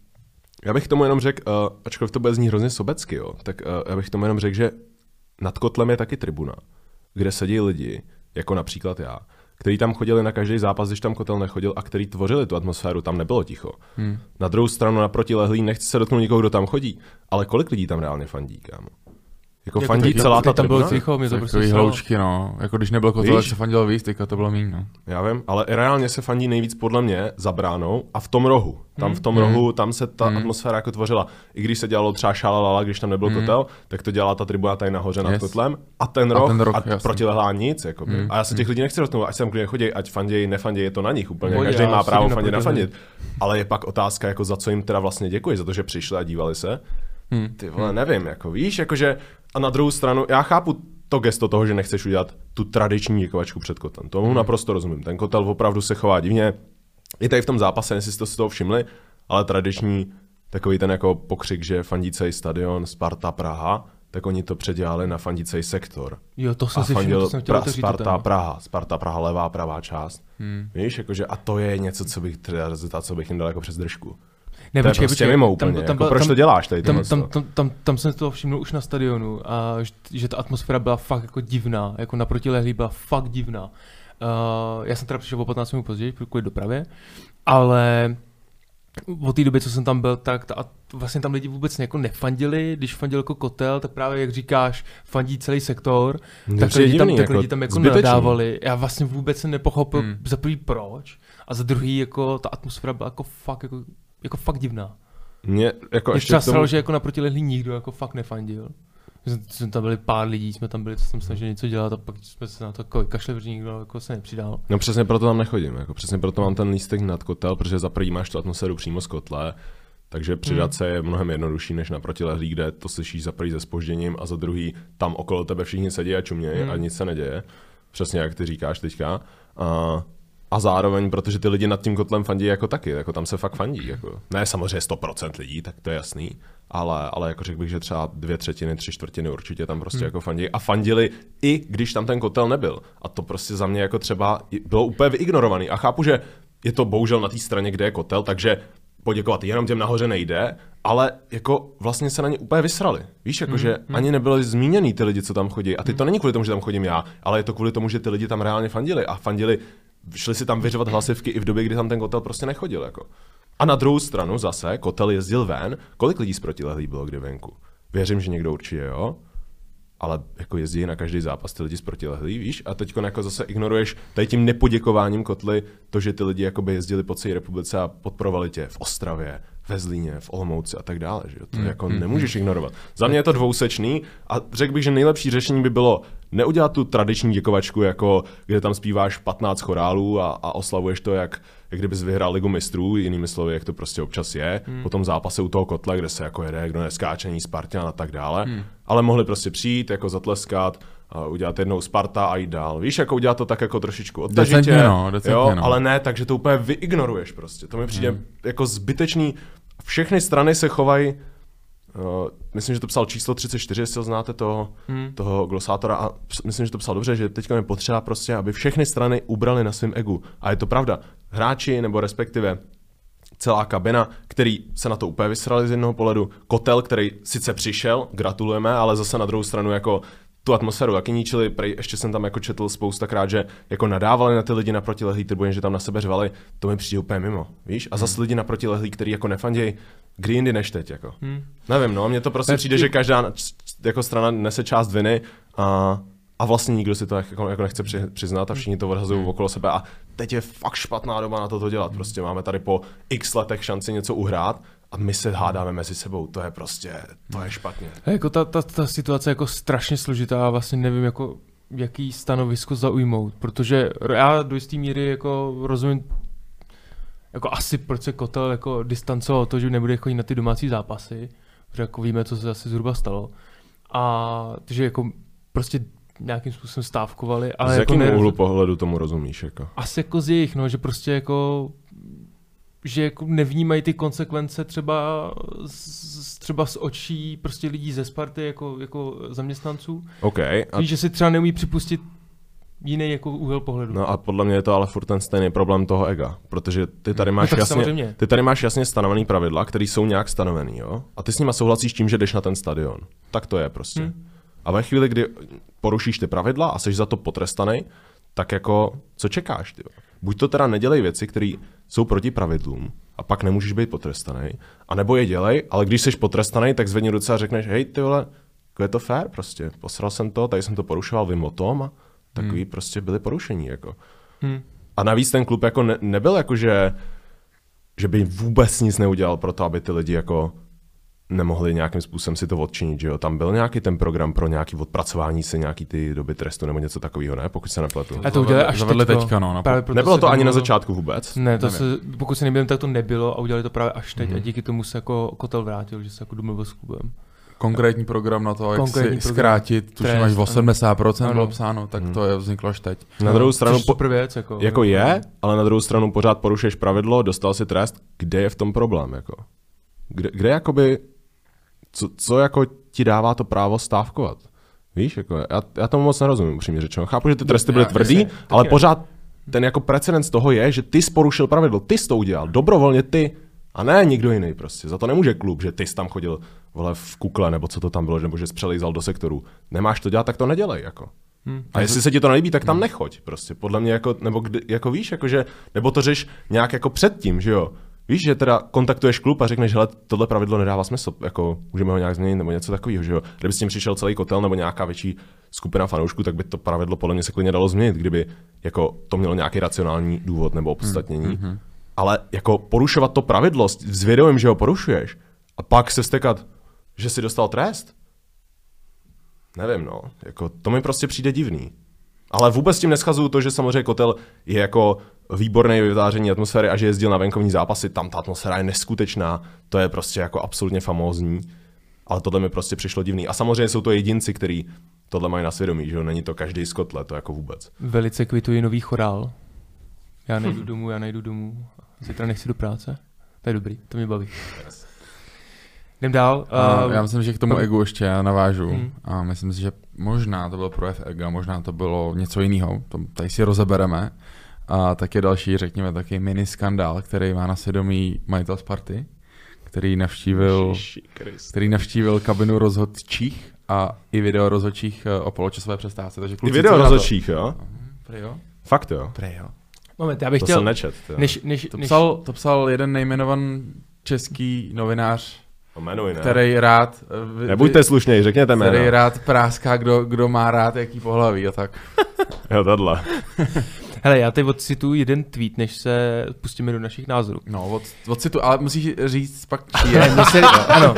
[SPEAKER 3] Já bych tomu jenom řekl, ačkoliv to bude znít hrozně sobecky, jo, tak já bych tomu jenom řekl, že nad kotlem je taky tribuna, kde sedí lidi, jako například já, kteří tam chodili na každý zápas, když tam kotel nechodil a který tvořili tu atmosféru, tam nebylo ticho. Na druhou stranu naproti lehlý, nechci se dotknout nikoho, kdo tam chodí, ale kolik lidí tam reálně fandí, kámo? Jako fandí celá ta tribuna?
[SPEAKER 1] Tam bylo ticho, mě to prostě
[SPEAKER 2] hloučky, no. Jako když nebyl kotel, tak se fandilo víc, teďka to bylo míň, no.
[SPEAKER 3] Já vím, ale i reálně se fandí nejvíc podle mě za bránou a v tom rohu. Tam v tom rohu, tam se ta atmosféra jako tvořila. I když se dělalo třeba šalalala, když tam nebyl kotel, tak to dělala ta tribuna tady nahoře nad kotlem a ten roh a protilehlá nic. Jakoby. A já se těch lidí nechci dotknout, ať sem klidně chodí, ať fandějí, nefandějí, je to na nich úplně. Každý má právo fandit, nefandit. Ale je pak otázka, jako za co jim teda vlastně děkuji, za to, že přišli a dívali se. Ty vole, nevím, jako víš, jakože a na druhou stranu, já chápu to gesto toho, že nechceš udělat tu tradiční děkovačku před kotlem. Tomu naprosto rozumím. Ten kotel opravdu se chová divně. I tady v tom zápase, jestli jste si toho všimli, ale tradiční takový ten jako pokřik, že fandícej stadion Sparta Praha, tak oni to předělali na fandícej sektor.
[SPEAKER 1] Jo, to jsem si všiml, to jsem chtěl to říct.
[SPEAKER 3] Sparta Praha, levá, pravá část. Víš, jakože a to je něco, co bych teda co bych jim dal jako přes držku.
[SPEAKER 1] Ne,
[SPEAKER 3] to je prostě mimo úplně. Proč to děláš tady?
[SPEAKER 1] Tam jsem to všiml už na stadionu a že ta atmosféra byla fakt jako divná, jako na protilehlý byla fakt divná. Já jsem teda přišel o 15 minut později kvůli dopravě, ale od té doby, co jsem tam byl, tak vlastně tam lidi vůbec jako nefandili, když fandil jako kotel, tak právě jak říkáš, fandí celý sektor, tak lidi tam jako nadávali. Já vlastně vůbec jsem nepochopil za prvý proč a za druhý jako ta atmosféra byla jako fakt divná.
[SPEAKER 3] Mě
[SPEAKER 1] třeba stalo, že jako na protilehlý nikdo jako fakt nefandil. Jsme tam byli pár lidí, jsme tam byli, co jsem snažil něco dělat a pak jsme se na to kašli, protože nikdo jako se nepřidal.
[SPEAKER 3] No přesně proto tam nechodím, jako přesně proto mám ten lístek nad kotel, protože za prvý máš tu atmosféru přímo z kotle, takže přidat se je mnohem jednodušší než na protilehlý, kde to slyšíš za prvý se zpožděním a za druhý tam okolo tebe všichni sedí a čumějí a nic se neděje. Přesně jak ty říkáš teďka. A zároveň, protože ty lidi nad tím kotlem fandí jako taky, jako tam se fakt fandí. Jako. Ne samozřejmě 100% lidí, tak to je jasný, ale jako řekl bych, že třeba 2/3, 3/4 určitě tam prostě jako fandí. A fandili i když tam ten kotel nebyl. A to prostě za mě jako třeba bylo úplně vyignorovaný. A chápu, že je to bohužel na té straně, kde je kotel, takže poděkovat jenom těm nahoře nejde, ale jako vlastně se na ně úplně vysrali. Víš, jakože ani nebyli zmíněný ty lidi, co tam chodí. A ty to není kvůli tomu, že tam chodím já, ale je to kvůli tomu, že ty lidi tam reálně fandili a fandili. Šli si tam vyřvat hlasivky i v době, kdy tam ten kotel prostě nechodil. Jako. A na druhou stranu zase kotel jezdil ven. Kolik lidí z protilehlý bylo kdy venku? Věřím, že někdo určitě jo, ale jako jezdí na každý zápas ty lidi z protilehlý, víš? A teď jako zase ignoruješ tady tím nepoděkováním kotli to, že ty lidi jakoby jezdili po celé republice a podporovali tě v Ostravě, ve Zlíně, v Olomouci a tak dále. Že jo? To jako nemůžeš ignorovat. Za mě je to dvousečný a řekl bych, že nejlepší řešení by bylo neudělat tu tradiční děkovačku, jako kde tam zpíváš 15 chorálů a oslavuješ to, jak kdybys vyhrál Ligu mistrů, jinými slovy, jak to prostě občas je, po tom zápase u toho kotle, kde se jako jede, kdo neskáčení, Spartan a tak dále. Ale mohli prostě přijít, jako zatleskat, a udělat jednou Sparta a jít dál. Víš, jako udělat to tak jako trošičku odtažitě, jo, ale ne, takže to úplně vyignoruješ prostě. To mi přijde jako zbytečný. Všechny strany se chovají, myslím, že to psal číslo 34, jestli znáte toho glosátora a myslím, že to psal dobře, že teďka je potřeba prostě, aby všechny strany ubrali na svým egu. A je to pravda. Hráči nebo respektive celá kabina, který se na to úplně vysrali z jednoho pohledu. Kotel, který sice přišel, gratulujeme, ale zase na druhou stranu jako tu atmosféru taky ničili, ještě jsem tam jako četl spoustakrát, že jako nadávali na ty lidi na protilehlý tribuně, že tam na sebe řvali, to mi přijde úplně mimo, víš? A zase lidi na protilehlý, který jako nefandějí, kdy jindy než teď, jako. Nevím, no, mně to prostě přijde, že každá jako strana nese část viny a vlastně nikdo si to jako nechce přiznat a všichni to odhazují okolo sebe a teď je fakt špatná doba na to dělat, prostě máme tady po x letech šanci něco uhrát a my se hádáme mezi sebou, to je prostě, to je špatně.
[SPEAKER 1] Jako ta situace je jako strašně složitá a vlastně nevím, jako, jaký stanovisko zaujmout, protože já do jistý míry jako rozumím, jako asi proč se kotel jako distancoval to, že nebude chodit na ty domácí zápasy, protože jako víme, co se asi zhruba stalo. A takže jako prostě nějakým způsobem stávkovali. Ale
[SPEAKER 3] z
[SPEAKER 1] jako
[SPEAKER 3] jakým úhlu pohledu tomu rozumíš? Jako?
[SPEAKER 1] Asi jako z jejich, no, že prostě jako že jako nevnímají ty konsekvence třeba z očí prostě lidí ze Sparty jako zaměstnanců.
[SPEAKER 3] Okay,
[SPEAKER 1] Víš, že si třeba neumí připustit jiný jako úhel pohledu.
[SPEAKER 3] No a podle mě je to ale furt ten stejný problém toho ega, protože ty tady máš jasně stanovený pravidla, které jsou nějak stanovený, jo? A ty s nima souhlasíš tím, že jdeš na ten stadion. Tak to je prostě. A ve chvíli, kdy porušíš ty pravidla a jsi za to potrestaný, tak jako co čekáš, ty? Buď to teda nedělej věci, které jsou proti pravidlům a pak nemůžeš být potrestaný, anebo je dělej, ale když jsi potrestaný, tak zvedni ruce a řekneš, hej, ty vole, je to fér prostě, posral jsem to, tady jsem to porušoval, vím o tom a takový prostě byly porušení, jako. A navíc ten klub jako nebyl jako, že by vůbec nic neudělal pro to, aby ty lidi jako nemohli nějakým způsobem si to odčinit, že jo. Tam byl nějaký ten program pro nějaký odpracování se nějaký ty doby trestu nebo něco takového, ne? Pokud se nepletu.
[SPEAKER 1] A to udělali až
[SPEAKER 2] teďka, no.
[SPEAKER 3] Nebylo to ani na začátku vůbec?
[SPEAKER 1] Ne, pokud se nebudem, tak to nebylo a udělali to právě až teď a díky tomu se jako Kotel vrátil, že se jako domluvil s klubem.
[SPEAKER 2] Konkrétní program na to, jak si zkrátit, tuším až o 70% bylo psáno, tak to je vzniklo až teď.
[SPEAKER 3] Na druhou stranu,
[SPEAKER 1] věc,
[SPEAKER 3] jako je, ale na druhou stranu pořád porušuješ pravidlo, dostal si trest, kde je v tom problém, jako? Kde jakoby, co jako ti dává to právo stávkovat? Víš, jako já tomu moc nerozumím, upřímně řečeno. Chápu, že ty tresty byly tvrdý, ale pořád ten jako precedens toho je, že ty jsi porušil pravidlo, ty jsi to udělal, dobrovolně ty, a ne nikdo jiný prostě. Za to nemůže klub, že ty jsi tam chodil vole v kukle, nebo co to tam bylo, nebo že jsi přelízal do sektoru. Nemáš to dělat, tak to nedělej, jako. A jestli se ti to nelíbí, tak tam nechoď, prostě. Podle mě jako, nebo jako víš, jakože, nebo to řeš nějak jako předtím, že jo. Víš, že teda kontaktuješ klub a řekneš, hele, tohle pravidlo nedává smysl, jako můžeme ho nějak změnit nebo něco takového, že jo. Kdyby s tím přišel celý Kotel nebo nějaká větší skupina fanoušků, tak by to pravidlo podle mě se klidně dalo změnit, kdyby jako to mělo nějaký racionální důvod nebo opodstatnění. Ale jako porušovat to pravidlo s vědomím, že ho porušuješ a pak se stekat, že si dostal trest? Nevím, no. Jako, to mi prostě přijde divný. Ale vůbec tím neschazuju to, že samozřejmě Kotel je jako výborný vytváření atmosféry a že jezdil na venkovní zápasy, tam ta atmosféra je neskutečná, to je prostě jako absolutně famózní. Ale tohle mi prostě přišlo divný. A samozřejmě jsou to jedinci, kteří tohle mají na svědomí, že jo, není to každý z Kotle, to jako vůbec.
[SPEAKER 1] Velice kvituji nový chorál. Já nejdu domů. Zítra nechci do práce. To je dobrý, to mě baví. Jdem dál.
[SPEAKER 2] Já myslím, že k tomu egu ještě já navážu. A myslím si, že možná to byl projev ega, možná to bylo něco jiného. To tady si rozebereme. A tak je další, řekněme, taky mini skandál, který má na svědomí majitel Sparty, který navštívil kabinu rozhodčích a i video rozhodčích o poločasové přestávce. Takže
[SPEAKER 3] i video rozhodčích, jo?
[SPEAKER 2] Prejo?
[SPEAKER 3] Fakt jo?
[SPEAKER 2] Prejo.
[SPEAKER 1] Moment, já bych
[SPEAKER 3] to
[SPEAKER 1] chtěl...
[SPEAKER 3] jsem nečet.
[SPEAKER 2] To psal jeden nejmenovan český novinář,
[SPEAKER 3] Jmenuj, ne?
[SPEAKER 2] Který rád...
[SPEAKER 3] Nebuďte slušněji, řekněte jméno.
[SPEAKER 2] Který rád práská, kdo má rád jaký pohlaví a tak.
[SPEAKER 3] Jo, tohle.
[SPEAKER 1] Hele, já teď odcituju jeden tweet, než se pustíme do našich názorů.
[SPEAKER 2] No, odcituju, ale musíš říct pak,
[SPEAKER 1] ano.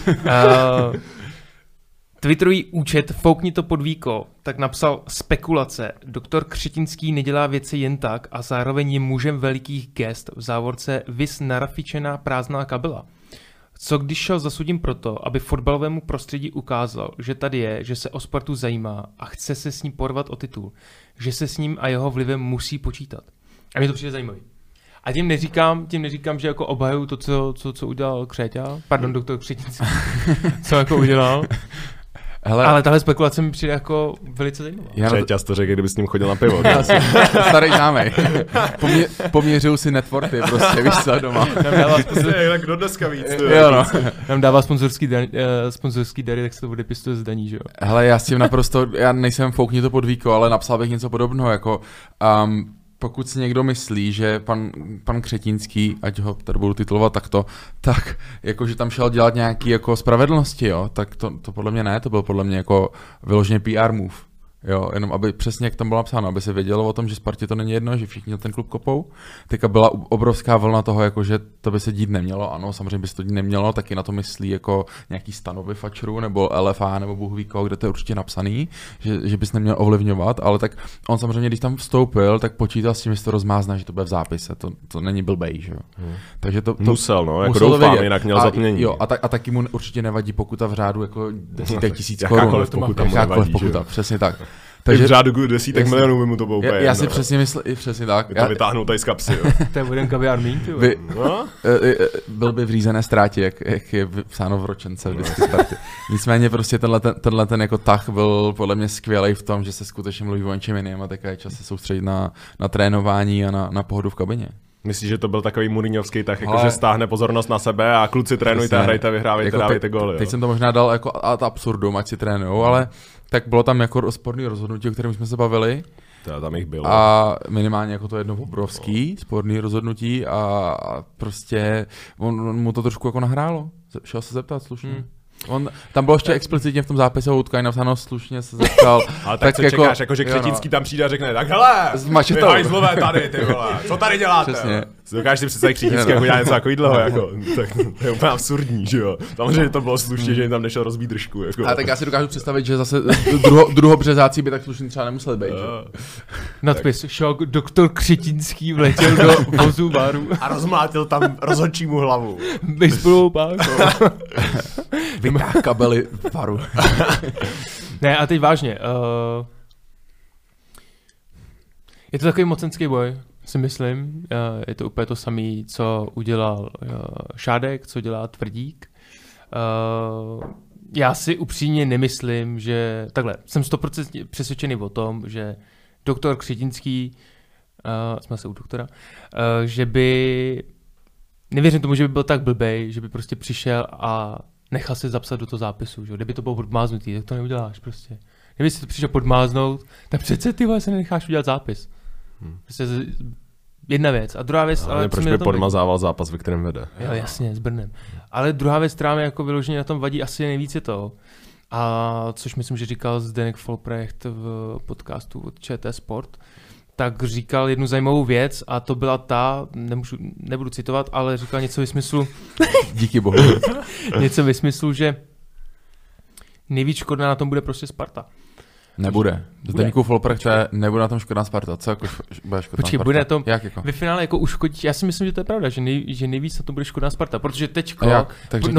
[SPEAKER 1] Twitterový účet Foukni to pod víko, tak napsal spekulace. Doktor Křetinský nedělá věci jen tak a zároveň je mužem velikých gest, v závorce vis narafičená prázdná kabela. Co když šel za sudím proto, aby fotbalovému prostředí ukázal, že tady je, že se o Spartu zajímá a chce se s ním porvat o titul, že se s ním a jeho vlivem musí počítat. A mě to přijde zajímavý. A tím neříkám, že jako obhajuju to, co udělal Křeťa, pardon, doktor Křetinský, co jako udělal. Hele, ale tahle spekulace mi přijde jako velice zajímavá.
[SPEAKER 3] Křeťas to řekl, kdyby s ním chodil na pivo.
[SPEAKER 2] Starý známej. Poměřil si networthy, prostě, víš co, doma.
[SPEAKER 3] Kdo dneska víc?
[SPEAKER 1] Nám dává sponzorský dary, tak se to odepistuje z daní, že jo?
[SPEAKER 2] Hele, já s tím naprosto, já nejsem Foukni to pod víko, ale napsal bych něco podobného, jako... pokud si někdo myslí, že pan Křetinský, ať ho tady budu titulovat takto, tak jakože tam šel dělat nějaký jako spravedlnosti, jo, tak to podle mě ne, to byl podle mě jako vyloženě PR move. Jo, jenom aby přesně jak tam bylo napsáno, aby se vědělo o tom, že Spartě to není jedno, že všichni ten klub kopou. Teďka byla obrovská vlna toho, jako, že to by se dít nemělo. Ano, samozřejmě by se to dít nemělo, taky na to myslí jako nějaký stanovy fačrů nebo LFA nebo Bůh ví koho, kde to je určitě napsaný, že bys neměl ovlivňovat, ale tak on samozřejmě, když tam vstoupil, tak počítal s tím, že to rozmázná, že to bude v zápise. To není blbej, že jo. Takže to
[SPEAKER 3] musel, no, jako doufám, jinak měl zatmění.
[SPEAKER 2] Jo, a taky mu určitě nevadí pokuta v řádu jako desítek tisíc korun.
[SPEAKER 3] Jakákoliv pokuta,
[SPEAKER 2] přesně tak.
[SPEAKER 3] Takže v řádu desítek milionů by mu to bylo úplně.
[SPEAKER 2] Já si přesně myslím, přesně tak.
[SPEAKER 3] To vytáhnou tady z kapsy, jo.
[SPEAKER 1] To je jeden kaviár míň, ty
[SPEAKER 2] Byl by v řízené ztrátě, jak je psáno v ročence vždycky Sparty. Nicméně prostě tenhle ten jako tah byl podle mě skvělý v tom, že se skutečně mluví o něčem jiném a také je čas se soustředit na trénování a na pohodu v kabině.
[SPEAKER 3] Myslíš, že to byl takový Mourinhovský tah, jako že stáhne pozornost na sebe a kluci trénujte, hrajte, vyhrávejte, jako dávejte góly.
[SPEAKER 2] Teď jsem to možná dal jako ad absurdum, ať si trénujou, ale tak bylo tam jako sporný rozhodnutí, o kterém jsme se bavili.
[SPEAKER 3] Tam jich bylo.
[SPEAKER 2] A minimálně jako to jedno obrovský sporný rozhodnutí a prostě on mu to trošku jako nahrálo. Šel se zeptat slušně. Tam bylo ještě explicitně v tom zápise o utkání napsáno slušně se zeptal.
[SPEAKER 3] Ale tak co jako, čekáš, jako že Křetínský tam přijde a řekne, tak hele, vy hajzlové tady, ty vole, co tady děláte?
[SPEAKER 2] Přesně.
[SPEAKER 3] Dokážeš si představit Křetínský, jako dělá něco takovýhleho, jako, tak to je úplně absurdní, že jo. Samozřejmě to bylo slušně, že jim tam nešel rozbít držku. Jako.
[SPEAKER 2] A tak já si dokážu představit, že zase druhobřezáci by tak slušní třeba nemuseli být.
[SPEAKER 1] Nadpis, šok, doktor Křetínský vletěl do vozu baru.
[SPEAKER 3] A rozmlátil tam rozhodčímu hlavu.
[SPEAKER 1] Baseballovou páku.
[SPEAKER 2] Vytáh kabely varu.
[SPEAKER 1] Ne, a teď vážně. Je to takový mocenský boj, si myslím. Je to úplně to samé, co udělal Šádek, co dělá Tvrdík. Já si upřímně nemyslím, že... Takhle, jsem 100% přesvědčený o tom, že doktor Křetínský, jsme se u doktora, že by... Nevěřím tomu, že by byl tak blbej, že by prostě přišel a nechal se zapsat do toho zápisu, že? Kdyby to bylo podmáznutý, tak to neuděláš prostě. Kdyby si to přišel podmáznout, tak přece ty vole se nenecháš udělat zápis. Prostě jedna věc. A druhá věc...
[SPEAKER 3] Ale proč by podmazával zápas, ve kterém vede?
[SPEAKER 1] Jo, jasně, s Brnem. Ale druhá věc, která mi jako vyloženě na tom vadí asi nejvíce to, a což myslím, že říkal Zdeněk Folprecht v podcastu od ČT Sport, tak říkal jednu zajímavou věc a to byla nebudu citovat, ale říkal něco ve smyslu...
[SPEAKER 2] Díky bohu.
[SPEAKER 1] Něco ve smyslu, že nejvíc škodná na tom bude prostě Sparta.
[SPEAKER 2] Nebude. Zdeňku Folprechte nebude na tom škodná Sparta. Co jako bude škodná
[SPEAKER 1] Počkej,
[SPEAKER 2] Sparta?
[SPEAKER 1] bude na tom
[SPEAKER 2] Jak jako?
[SPEAKER 1] ve finále jako uškodí. Já si myslím, že to je pravda, že nejvíc na tom bude škodná Sparta, protože teďko...
[SPEAKER 2] Jak? Takže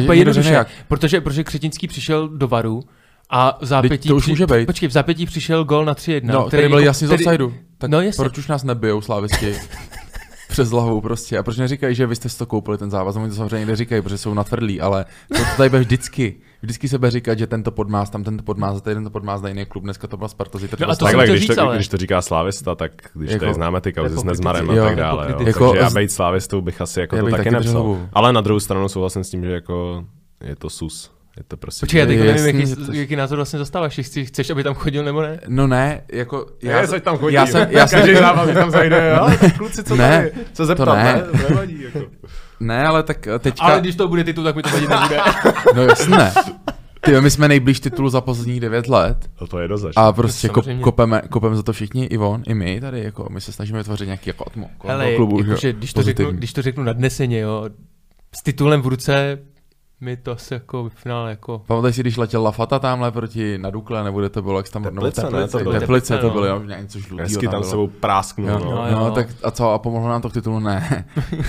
[SPEAKER 1] protože Křetínský přišel do varu a v zápětí...
[SPEAKER 2] To už může být.
[SPEAKER 1] Počkej, v zápětí přišel gól na 3-1.
[SPEAKER 2] No, který byl jasně z offsideu. Tak
[SPEAKER 1] no,
[SPEAKER 2] proč už nás nebijou slávisti? Přes hlavou prostě. A proč neříkají, že vy jste si to koupili ten závaz? Oni to samozřejmě neříkají, protože jsou natvrdlí, ale to tady bude vždycky. Vždycky se bude říkat, že tento podmáz, tam tento podmáz, tady tento podmáz na jiný klub. Dneska to byla Sparta, zítra to byla
[SPEAKER 3] Takhle, když to říká slávista, tak když jako, tady známe ty kauzy s Nezmarem a tak dále. Takže já být slávistou bych asi jako to taky nepsal. Ale na druhou stranu souhlasím s tím, že jako je to sus. Je to prostě...
[SPEAKER 1] Počkej, já teď nevím, jaký názor vlastně zastáváš, chceš, aby tam chodil nebo ne?
[SPEAKER 2] No ne, jako...
[SPEAKER 3] Já tam chodí,
[SPEAKER 2] já
[SPEAKER 3] každý zápas tam zajde, jo, kluci, co
[SPEAKER 2] ne,
[SPEAKER 3] tady? Co zeptat, ne? Nevadí, jako.
[SPEAKER 2] Ne, ale tak teďka...
[SPEAKER 1] Ale když to bude titul, tak mi to vadit nebude.
[SPEAKER 2] No jasně. Ty, my jsme nejblíž titulu za posledních 9 let.
[SPEAKER 3] To je dozač.
[SPEAKER 2] A prostě kopeme za to všichni, i on, i my tady, jako my se snažíme vytvořit nějaký jako atmo.
[SPEAKER 1] Hele, jakože, když to řeknu nadneseně, jo, s titulem v ruce, mi to asi jako v finále jako...
[SPEAKER 2] Pamatuješ si, když letěl Lafata tamhle proti na Dukle, nebo to bylo, jak tam... Teplice to bylo, jo, něco žlutýho.
[SPEAKER 3] Hezky tam sebou prásknul.
[SPEAKER 2] No, tak a co, a pomohlo nám to k titulu? Ne.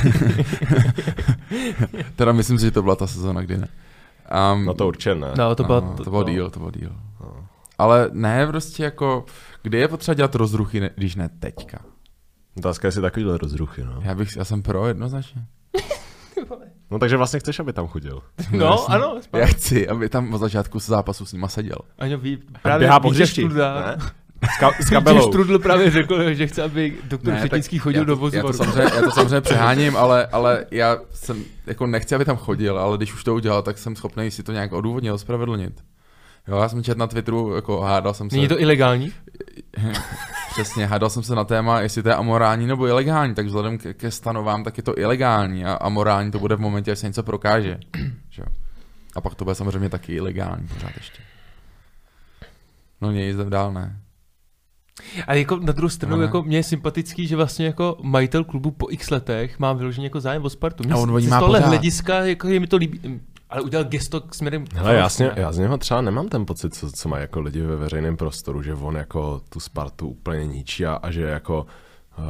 [SPEAKER 2] Teda myslím si, že to byla ta sezóna, kdy ne.
[SPEAKER 3] No to určitě ne.
[SPEAKER 2] No, to byl deal. No. Ale ne, prostě jako, kdy je potřeba dělat rozruchy, když ne teďka?
[SPEAKER 3] Otázka je si takovýhle rozruchy, no.
[SPEAKER 2] Já jsem pro jednoznačně.
[SPEAKER 3] No takže vlastně chceš, aby tam chodil.
[SPEAKER 1] No, ano.
[SPEAKER 2] Já chci, aby tam od začátku zápasu s nima seděl.
[SPEAKER 1] Ano,
[SPEAKER 3] právě běhá po hřišti, ne? S kabelou.
[SPEAKER 1] Štrudl právě řekl, že chce, aby doktor Křetínský chodil do vozu.
[SPEAKER 2] Já to samozřejmě přeháním, ale já jsem, jako nechci, aby tam chodil, ale když už to udělal, tak jsem schopný si to nějak odůvodnit, ospravedlnit. Jo, já jsem četl na Twitteru, jako hádal jsem se...
[SPEAKER 1] Není to ilegální?
[SPEAKER 2] Přesně, hádal jsem se na téma, jestli to je amorální nebo ilegální, tak vzhledem ke stanovám, tak je to ilegální a amorální to bude v momentě, až se něco prokáže. A pak to bude samozřejmě taky ilegální pořád ještě. No nic, dál ne.
[SPEAKER 1] A jako na druhou stranu, jako mě je sympatický, že vlastně jako majitel klubu po x letech má vyloženě jako zájem o Spartu. Mě z tohle hlediska jako je mi to líbí. Ale udělal gesto k směrem...
[SPEAKER 3] Hele, já z něho třeba nemám ten pocit, co mají jako lidi ve veřejném prostoru, že on jako tu Spartu úplně ničí a že jako...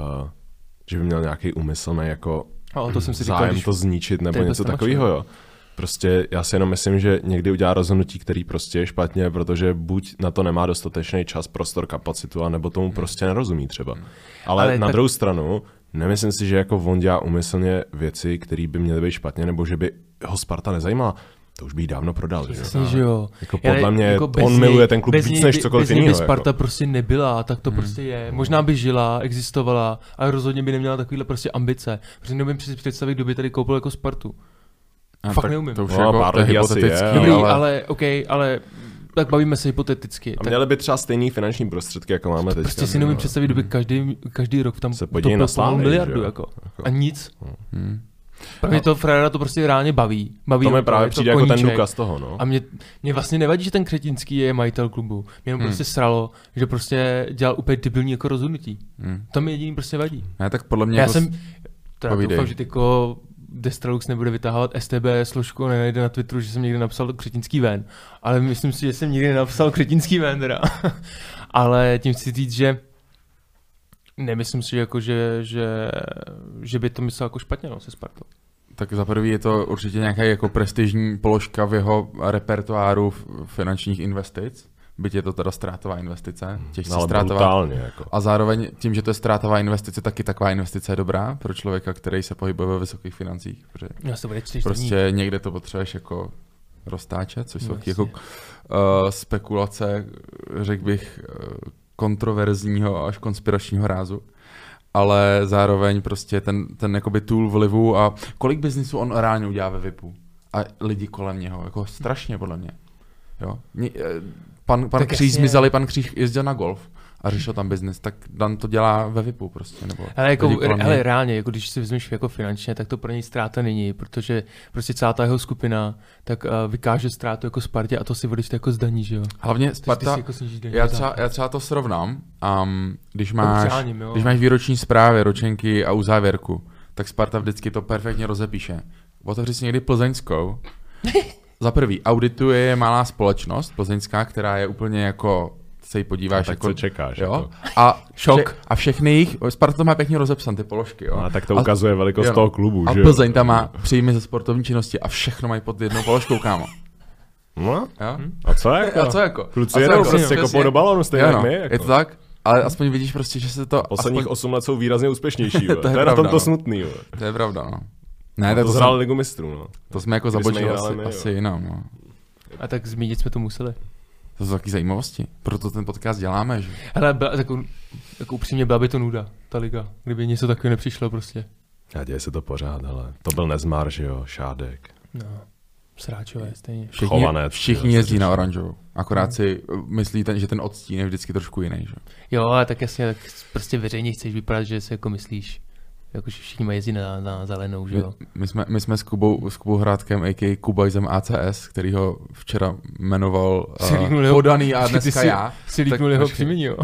[SPEAKER 3] že by měl nějaký úmyslný jako
[SPEAKER 1] to jsem si
[SPEAKER 3] zájem
[SPEAKER 1] říkal,
[SPEAKER 3] to zničit nebo něco takového, jo. prostě já si jenom myslím, že někdy udělá rozhodnutí, který prostě je špatně, protože buď na to nemá dostatečný čas, prostor, kapacitu, anebo tomu prostě nerozumí třeba. Ale na druhou stranu, nemyslím si, že jako on dělá úmyslně věci, které by měly být špatně, nebo že by ho Sparta nezajímala. To už by jí dávno prodal,
[SPEAKER 1] že jo.
[SPEAKER 3] Jako podle mě jako on miluje ten klub víc než cokoliv jiného.
[SPEAKER 1] Bez něj by Sparta prostě nebyla, tak to prostě je. Možná by žila, existovala, ale rozhodně by neměla takovýhle prostě ambice. Protože neumím představit, kdo by tady koupil jako Spartu. Fakt neumím.
[SPEAKER 2] To už jako to je hypotetický.
[SPEAKER 1] Dobrý, ale tak bavíme se hypoteticky.
[SPEAKER 3] A měli by třeba stejný finanční prostředky, jako máme teď.
[SPEAKER 1] Prostě si neumím představit, kdo by každý rok tam
[SPEAKER 3] se podívej na Slávy,
[SPEAKER 1] miliardu jako. A nic. Právě to Frejera to prostě reálně baví.
[SPEAKER 3] To mi právě přijde jako ten důkaz toho, no.
[SPEAKER 1] A mě vlastně nevadí, že ten Křetínský je majitel klubu. Mě jenom prostě sralo, že prostě dělal úplně debilní jako rozhodnutí. To mi jediný prostě vadí.
[SPEAKER 2] Ne, tak podle mě
[SPEAKER 1] já
[SPEAKER 2] jako
[SPEAKER 1] jsem doufám, že tyko Destralux nebude vytahovat STB složku a nenajde na Twitteru, že jsem někde napsal Křetínský ven. Ale myslím si, že jsem nikdy nenapsal Křetínský ven teda. Ale tím chci říct, že nemyslím si, jako, že by to myslel jako špatně, no, se Spartou.
[SPEAKER 2] Tak za prvý je to určitě nějaká jako prestižní položka v jeho repertoáru finančních investic, byť je to teda ztrátová investice, těžce ztrátová.
[SPEAKER 3] Jako.
[SPEAKER 2] A zároveň tím, že to je ztrátová investice, taky taková investice je dobrá pro člověka, který se pohybuje ve vysokých financích. Prostě někde to potřebuješ jako roztáčet, což jsou jako spekulace, řekl bych, kontroverzního až konspiračního rázu, ale zároveň prostě ten jakoby tool vlivu a kolik biznisu on reálně udělá ve VIPu a lidi kolem něho, jako strašně podle mě. Jo. Pan Kříž zmizeli, pan Kříž jezdil na golf a řešil tam biznis, tak Dan to dělá ve VIPu prostě. Nebo
[SPEAKER 1] ale reálně, jako když si vezmeš jako finančně, tak to pro něj ztráta není, protože prostě celá ta jeho skupina tak vykáže ztrátu jako Spartě a to si odečte jako zdaní, že jo.
[SPEAKER 2] Hlavně Sparta, jako já třeba to srovnám, když máš výroční zprávy, ročenky a uzávěrku, tak Sparta vždycky to perfektně rozepíše. Otevři si někdy Plzeňskou. Za prvý, audituje je malá společnost plzeňská, která je úplně jako, se jí podíváš.
[SPEAKER 3] Tak
[SPEAKER 2] jako,
[SPEAKER 3] co čekáš?
[SPEAKER 2] Jo?
[SPEAKER 3] Jako.
[SPEAKER 2] A šok. A všechny jich, Sparta to má pěkně rozepsan, ty položky. Jo?
[SPEAKER 3] A tak to ukazuje velikost toho klubu,
[SPEAKER 2] a
[SPEAKER 3] že jo?
[SPEAKER 2] A Plzeň tam má příjmy ze sportovní činnosti a všechno mají pod jednou položkou, kámo.
[SPEAKER 3] No?
[SPEAKER 2] Jo?
[SPEAKER 3] A co jako? Kluci jedou prostě kopou do balonu, stejně jak my. Jako.
[SPEAKER 2] Je to tak? Ale aspoň vidíš prostě, že se to...
[SPEAKER 3] Posledních 8 let jsou výrazně úspěšnější. To je na tomto smutný.
[SPEAKER 2] To je pravda, no.
[SPEAKER 3] Ne, to zhrál Ligu mistrů, no.
[SPEAKER 2] To jsme jako zabočili asi jinam, no.
[SPEAKER 1] A tak zmínit jsme to museli.
[SPEAKER 2] To jsou taky zajímavosti, proto ten podcast děláme, že?
[SPEAKER 1] Hele, jako upřímně byla by to nuda, ta liga, kdyby něco takového nepřišlo prostě.
[SPEAKER 3] A děje se to pořád, ale to byl Nezmar, že jo, Šádek.
[SPEAKER 1] No, Sráčové stejně.
[SPEAKER 2] Všichni jezdí na oranžovou, akorát si myslí, že ten odstín je vždycky trošku jiný, že?
[SPEAKER 1] Jo, ale tak jasně, tak prostě veřejně chceš vypadat, že si jako myslíš. Jakože všichni mají jezdit na zelenou, že jo?
[SPEAKER 2] My jsme s Kubou Hrádkem, a.k.a. Kubajzem ACS, který ho včera jmenoval podaný a dneska já.
[SPEAKER 1] Si líknul jeho příjmení, jo?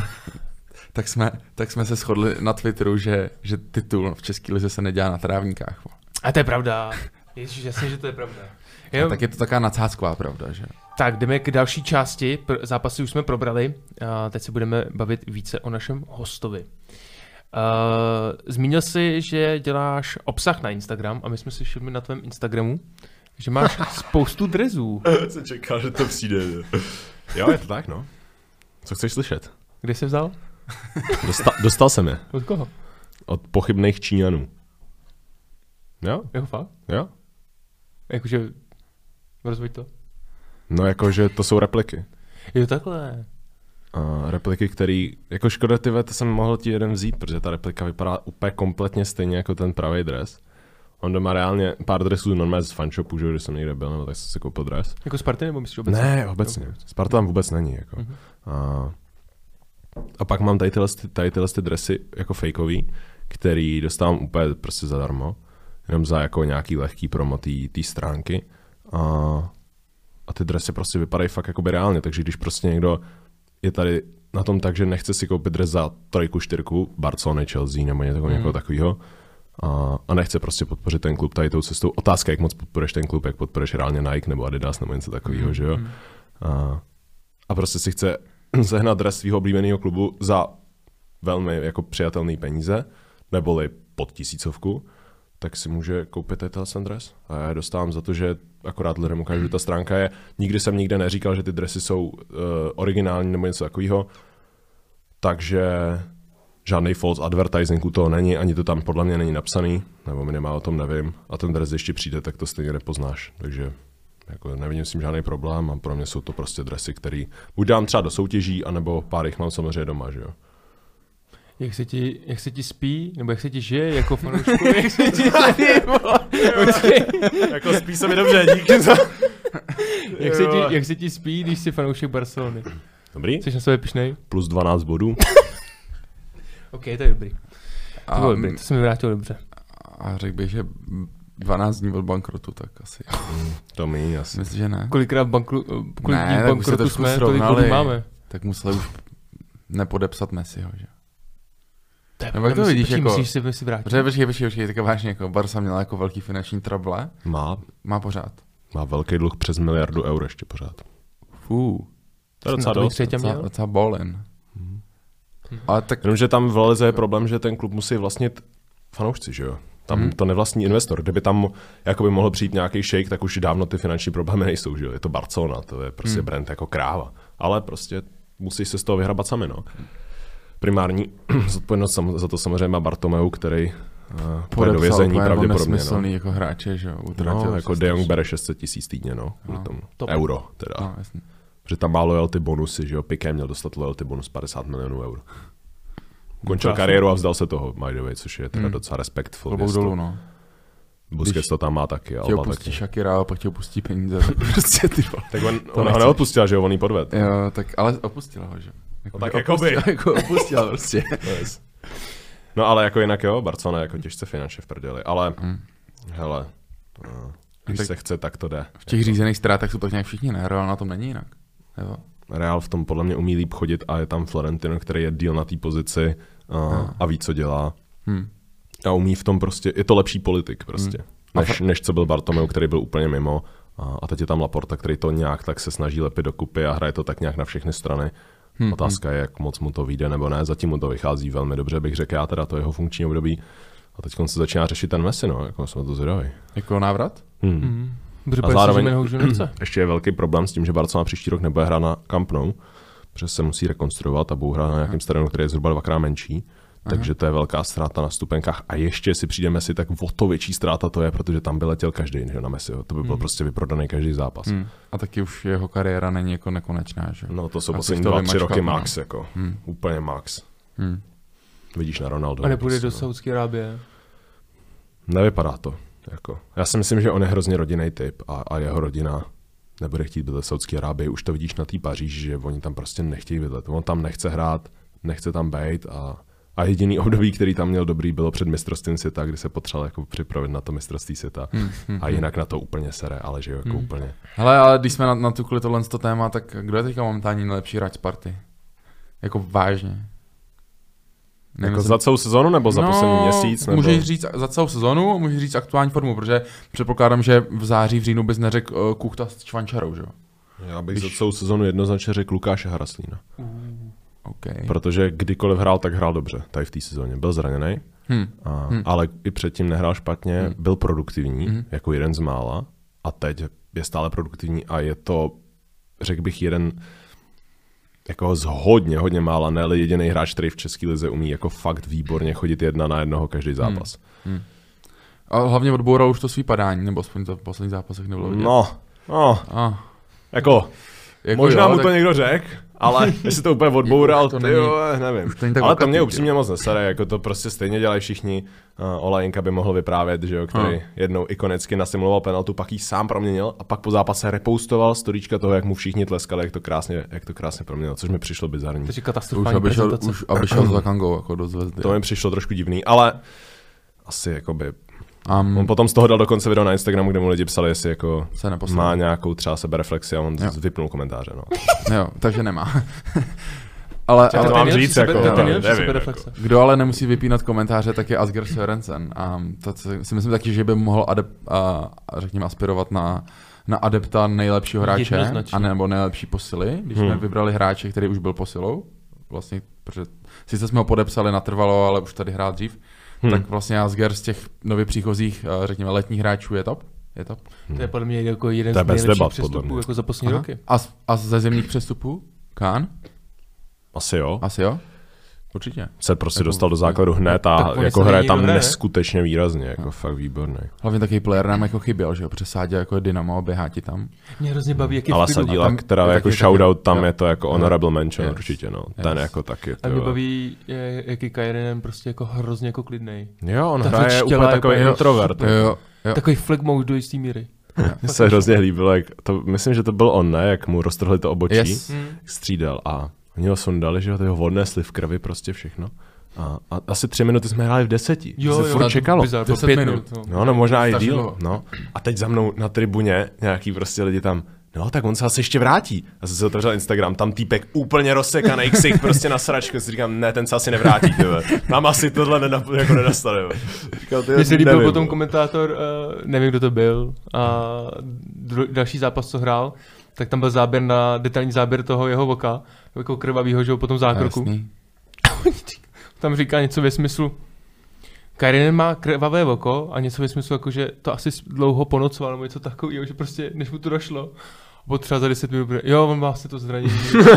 [SPEAKER 2] tak jsme se shodli na Twitteru, že titul v české lize se nedělá na trávníkách.
[SPEAKER 1] A to je pravda. Ježiš, jasně, že to je pravda.
[SPEAKER 2] Tak je to taková nadsázková pravda, že?
[SPEAKER 1] Tak jdeme k další části. Zápasy už jsme probrali. A teď se budeme bavit více o našem hostovi. Zmínil jsi, že děláš obsah na Instagram a my jsme si všimli na tvém Instagramu, že máš spoustu drezů.
[SPEAKER 3] Jsem čekal, že to přijde. Jo, je to tak, no. Co chceš slyšet?
[SPEAKER 1] Kde jsi vzal?
[SPEAKER 3] Dostal jsem je.
[SPEAKER 1] Od koho?
[SPEAKER 3] Od pochybných Číňanů. Jo?
[SPEAKER 1] Jo, fakt?
[SPEAKER 3] Jo.
[SPEAKER 1] Jakože, rozveď to.
[SPEAKER 3] No jakože to jsou repliky.
[SPEAKER 1] Jo, takhle.
[SPEAKER 3] Repliky, který, jako škoda tyhle, to jsem mohl ti jeden vzít, protože ta replika vypadá úplně kompletně stejně jako ten pravý dres. On doma reálně pár dresů normálně z fanshopu, že když jsem někde byl, nebo tak jsem si koupil dres.
[SPEAKER 1] Jako Sparty nebo myslíš obecně?
[SPEAKER 3] Ne, obecně. Sparta tam vůbec není. Jako. A pak mám tady tyhle dresy jako fakeový, který dostávám úplně prostě zadarmo, jenom za jako nějaký lehký promo té stránky. A ty dresy prostě vypadají fakt jakoby reálně, takže když prostě někdo je tady na tom tak, že nechce si koupit dres za 3-4, Barcelony, Chelsea nebo někoho takového a nechce prostě podpořit ten klub tady tou cestou. Otázka, jak moc podporuješ ten klub, jak podporuješ reálně Nike nebo Adidas nebo něco takového, že jo? A prostě si chce sehnat dres svého oblíbeného klubu za velmi jako přijatelné peníze, neboli pod 1000, tak si může koupit ten dres. A já je dostávám za to, že akorát lidem ukážu, že ta stránka je. Nikdy jsem nikde neříkal, že ty dresy jsou originální nebo něco takového. Takže žádný false advertising u toho není, ani to tam podle mě není napsaný, nebo minimálně o tom nevím. A ten dres ještě přijde, tak to stejně nepoznáš. Takže jako nevidím s tím žádný problém a pro mě jsou to prostě dresy, který buď dám třeba do soutěží, anebo pár jich mám samozřejmě doma, že jo.
[SPEAKER 1] Jak se ti spí, nebo jak se ti žije jako fanoušku, jak se ti
[SPEAKER 3] jako spí se mi dobře, díky za...
[SPEAKER 1] jak se ti spí, když jsi fanoušek Barcelony?
[SPEAKER 3] Dobrý.
[SPEAKER 1] Jsi na sebe pyšnej?
[SPEAKER 3] Plus 12 bodů.
[SPEAKER 1] OK, to je dobrý. To se mi vrátilo dobře.
[SPEAKER 2] A řekl bych, že 12 dní od bankrotu, tak asi.
[SPEAKER 3] To mi asi.
[SPEAKER 2] Myslím, že ne.
[SPEAKER 1] Kolik dní bankrotu jsme, tolik bodů máme.
[SPEAKER 2] Tak museli už nepodepsat Messiho, že?
[SPEAKER 1] Nebo jak to vidíš, jako... Myslíš si vrátit?
[SPEAKER 2] Počkej, tak vážně, jako Barca měla jako velký finanční trable. Má pořád.
[SPEAKER 3] Má velký dluh přes 1 miliardu eur ještě pořád.
[SPEAKER 2] To
[SPEAKER 3] je docela dost.
[SPEAKER 2] Docela bolin. Ale tak...
[SPEAKER 3] Jenomže tam v Lize je problém, že ten klub musí vlastnit fanoušci, že jo? Tam to nevlastní investor. Kdyby tam jakoby mohl přijít nějaký shake, tak už dávno ty finanční problémy nejsou, že jo? Je to Barcelona, to je prostě brand jako kráva. Ale prostě musíš se z toho vyhrabat sami, no. Primární zodpovědnost za to samozřejmě má Bartomeu, který půjde do vězení pravděpodobně.
[SPEAKER 2] Nesmyslný jako hráče, že jo?
[SPEAKER 3] No, jako De Jong bere 600 000 týdně, no. Euro teda.
[SPEAKER 2] No, jasný.
[SPEAKER 3] Protože tam má loyalty bonusy, že jo? Piqué měl dostat loyalty bonus 50 milionů eur. Končil kariéru a vzdal se toho, by the way, což je teda docela respektful.
[SPEAKER 2] Dolů, no.
[SPEAKER 3] Busquets to tam má taky.
[SPEAKER 2] Chtěl pustí Shakira a pak chtěl pustí peníze. Prostě ty vole.
[SPEAKER 3] Tak on ho neodpustila, že jo? On jí podved.
[SPEAKER 2] Jo, tak ale opustila ho, že?
[SPEAKER 3] Jako
[SPEAKER 2] opustila prostě.
[SPEAKER 3] No ale jako jinak jo, Barcelona jako těžce finančně v prdeli, ale hele, když tak se chce, tak to jde.
[SPEAKER 2] V těch řízených ztrátách jsou tak nějak všichni, ne? Real na tom není jinak. Jo.
[SPEAKER 3] Real v tom podle mě umí líp chodit a je tam Florentino, který je deal na té pozici a ví, co dělá. A umí v tom prostě, je to lepší politik prostě, než co byl Bartomeu, který byl úplně mimo. A teď je tam Laporta, který to nějak tak se snaží lepit dokupy a hraje to tak nějak na všechny strany. Otázka je, jak moc mu to vyjde nebo ne. Zatím mu to vychází velmi dobře, bych řekl já, teda to jeho funkční období. A teď se začíná řešit ten Messi, no, jako jsme to zvědaví.
[SPEAKER 2] Jako návrat?
[SPEAKER 3] A zároveň ještě je velký problém s tím, že Barcelona příští rok nebude hrát na Camp Nou, protože se musí rekonstruovat a budou hrát na nějakém stadionu, který je zhruba 2x menší. Takže to je velká ztráta na stupenkách. A ještě si přijde Messi, tak o to větší ztráta to je, protože tam by letěl každý na Messiho. To by byl prostě vyprodaný každý zápas.
[SPEAKER 2] A taky už jeho kariéra není jako nekonečná, že?
[SPEAKER 3] No to jsou poslední 2-3 roky max, jako. Úplně max. Vidíš na Ronaldo.
[SPEAKER 1] A nepůjde do Saúdské Arábie?
[SPEAKER 3] Nevypadá to. Jako. Já si myslím, že on je hrozně rodinný typ a jeho rodina nebude chtít bydlet v Saúdské Arábii. Už to vidíš na té Paříži, že oni tam prostě nechtějí bydlet. On tam nechce hrát, nechce tam být a jediný období, který tam měl dobrý, bylo před mistrovstvím světa, kdy se potřeboval jako připravit na to mistrovství světa. A jinak na to úplně sere, ale že jo, jako úplně.
[SPEAKER 2] Hele, ale když jsme natukli tohle téma, tak kdo je teďka momentálně nejlepší hráč Sparty? Jako vážně.
[SPEAKER 3] Jako za celou sezonu nebo za poslední měsíc? Nebo...
[SPEAKER 2] Můžeš říct za celou sezonu, můžeš říct aktuální formu, protože předpokládám, že v září, v říjnu bys neřekl Kuchta s Čvančarou, že jo?
[SPEAKER 3] Já bych za celou sezonu jednoznačně řekl Lukáše Haraslína.
[SPEAKER 2] Okay.
[SPEAKER 3] Protože kdykoliv hrál, tak hrál dobře tady v té sezóně. Byl zraněný, ale i předtím nehrál špatně, byl produktivní, jako jeden z mála a teď je stále produktivní a je to, řekl bych, jeden jako z hodně mála, ne jediný hráč, který v české lize umí jako fakt výborně chodit 1 na 1 každý zápas.
[SPEAKER 2] A hlavně odboural už to svý padání, nebo aspoň to v posledních zápasech nebylo vidět.
[SPEAKER 3] Jako možná mu to někdo řekl, ale jestli to úplně odboural, nevím. Ale to mě upřímně moc nesere, jako to prostě stejně dělají všichni. Olajinka by mohl vyprávět, že jo, který jednou ikonicky nasimuloval penaltu, pak ji sám proměnil a pak po zápase repostoval storíčka toho, jak mu všichni tleskali, jak to krásně proměnil, což mi přišlo bizarní.
[SPEAKER 1] Takže katastrofální prezentace.
[SPEAKER 2] Už aby šel za Kangou jako do zvezdy.
[SPEAKER 3] To mi přišlo trošku divný, ale asi jakoby on potom z toho dal dokonce video na Instagramu, kde mu lidi psali, jestli jako má nějakou třeba sebereflexi a on vypnul komentáře. No.
[SPEAKER 2] Jo, takže nemá. ale
[SPEAKER 3] to mám říct, jako,
[SPEAKER 2] kdo ale nemusí vypínat komentáře, tak je Asger Sørensen. A to si myslím taky, že by mohl řekněme aspirovat na adepta nejlepšího hráče, a nebo nejlepší posily, když jsme vybrali hráče, který už byl posilou. Vlastně, protože sice jsme ho podepsali natrvalo, ale už tady hrál dřív, tak vlastně Asger z těch nově příchozích, řekněme, letních hráčů je top. Je top.
[SPEAKER 1] To je podle mě jako jeden z nejlepších přestupů jako za poslední roky.
[SPEAKER 2] A ze zimních přestupů? Kán?
[SPEAKER 3] Asi jo.
[SPEAKER 2] Určitě.
[SPEAKER 3] Se prostě dostal do základu hned a jako hraje tam neskutečně výrazně, jako fakt výborný.
[SPEAKER 2] Hlavně takový player nám jako chyběl, že jo, přesáděl jako Dynamo a běhá ti tam.
[SPEAKER 1] Mě hrozně baví, jak je
[SPEAKER 3] ale Sadíla, která jako shoutout tam je to jako honorable mention určitě, no. Ten jako taky.
[SPEAKER 1] A mě baví, jak je Kairinen prostě jako hrozně jako klidnej.
[SPEAKER 3] Jo, on hraje úplně takový introvert.
[SPEAKER 2] Jo.
[SPEAKER 1] Takový flag mode do jistý míry.
[SPEAKER 3] Mně se hrozně líbilo, jak to, myslím, že to byl on, ne, jak mu roztrhli to obočí, střídal a oni ho sundali, že ho toho odnesli v krvi prostě všechno. A asi 3 minuty jsme hráli v 10.
[SPEAKER 1] Jo,
[SPEAKER 3] se furt čekalo.
[SPEAKER 2] 10 minut.
[SPEAKER 3] No, možná i díl. No. A teď za mnou na tribuně nějaký prostě lidi tam, no tak on se asi ještě vrátí. A jsem se otevřel Instagram, tam týpek úplně rozsekaný ksich prostě na sračku. Si říkám, ne, ten se asi nevrátí, tyhle. Tam asi tohle jako nenastane.
[SPEAKER 1] Mně se líbil potom komentátor, nevím, kdo to byl, a další zápas, co hrál, tak tam byl záběr detailní záběr toho jeho voka, jako krvavýho, že ho po tom zákroku. Tam říká něco ve smyslu, Kairinen má krvavé oko a něco ve smyslu, jako, že to asi dlouho ponocoval, nebo něco takového, že prostě, než mu to došlo, potřeba za 10 minut, jo, on má vlastně to zranění.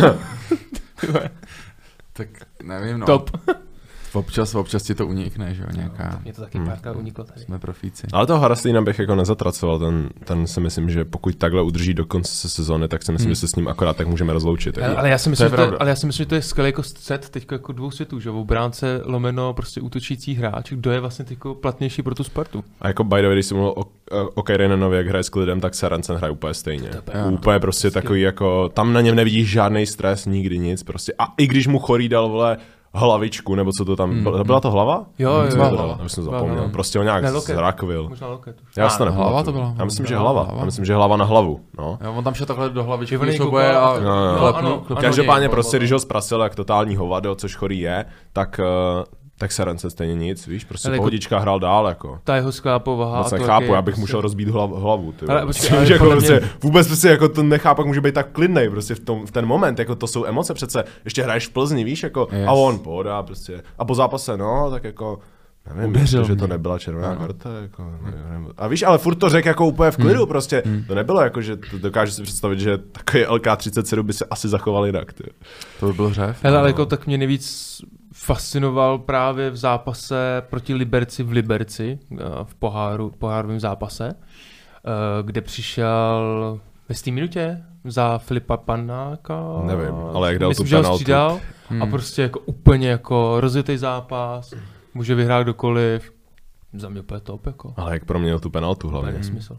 [SPEAKER 2] Tak nevím, no.
[SPEAKER 1] Top.
[SPEAKER 2] Občas ti to unikne, že jo, nějaká.
[SPEAKER 1] Mě to taky párkrát uniklo tady.
[SPEAKER 2] Jsme profíci.
[SPEAKER 3] Ale toho Harastlína bych jako nezatracoval, ten si myslím, že pokud takhle udrží do konce sezóny, tak si myslím, že se s ním akorát tak můžeme rozloučit.
[SPEAKER 1] Ale já si myslím, že to je skvělý jako set teď jako dvou světů, že obránce lomeno prostě útočící hráč, kdo je vlastně teď platnější pro tu Spartu.
[SPEAKER 3] A jako by the way, když jsem mluvil o Kairinenovi, jak hraje s klidem, tak Sørensen hraje úplně stejně. Úplně prostě takový jako, tam na něm nevidíš žádný stres, nikdy nic prostě. A i když mu Chorý dal, vole, hlavičku, nebo co to tam, byla to hlava?
[SPEAKER 1] Jo.
[SPEAKER 3] Já jsem zapomněl, prostě ho nějak zrakvil.
[SPEAKER 1] Možná loket.
[SPEAKER 3] Já si to
[SPEAKER 2] hlava to byla.
[SPEAKER 3] Já myslím, že hlava. Já myslím, že hlava na hlavu. No.
[SPEAKER 2] Jo, on tam šel takhle do hlavičky,
[SPEAKER 1] souboje
[SPEAKER 2] a
[SPEAKER 1] klepnul.
[SPEAKER 3] Každopádně prostě, když ho zprasil jak totální hovado, což Chorý je, tak Sørensen stejně nic, víš, prostě pohodička hrál dál, jako.
[SPEAKER 1] Ta jeho skvělá povaha.
[SPEAKER 3] Moc nechápu, já bych musel rozbít hlavu, ty.
[SPEAKER 1] Ale
[SPEAKER 3] jako prostě, vůbec prostě jako to nechápu, jak může být tak klidnej, prostě v ten moment, jako to jsou emoce přece, ještě hraješ v Plzni, víš, jako, a on pohodá prostě, a po zápase, no, tak jako, nevím, že to nebyla červená karta, jako, nevím. A víš, ale furt to řekl jako úplně v klidu, prostě, to nebylo jako, že dokážu si představit, že takový LK37 by se asi zachoval jinak, ty.
[SPEAKER 2] To by byl hřev.
[SPEAKER 1] Ale jako tak mě nejvíc fascinoval právě v zápase proti Liberci v Liberci, v pohárovém zápase, kde přišel ve 100. minutě za Filipa Panáka.
[SPEAKER 3] Nevím, ale jak dal
[SPEAKER 1] myslím,
[SPEAKER 3] tu
[SPEAKER 1] že ho
[SPEAKER 3] penaltu.
[SPEAKER 1] střídal a prostě jako úplně jako rozjetý zápas, může vyhrát kdokoliv. Za mě úplně top, jako.
[SPEAKER 3] Ale jak proměnil tu penaltu hlavně.
[SPEAKER 1] Nesmysl.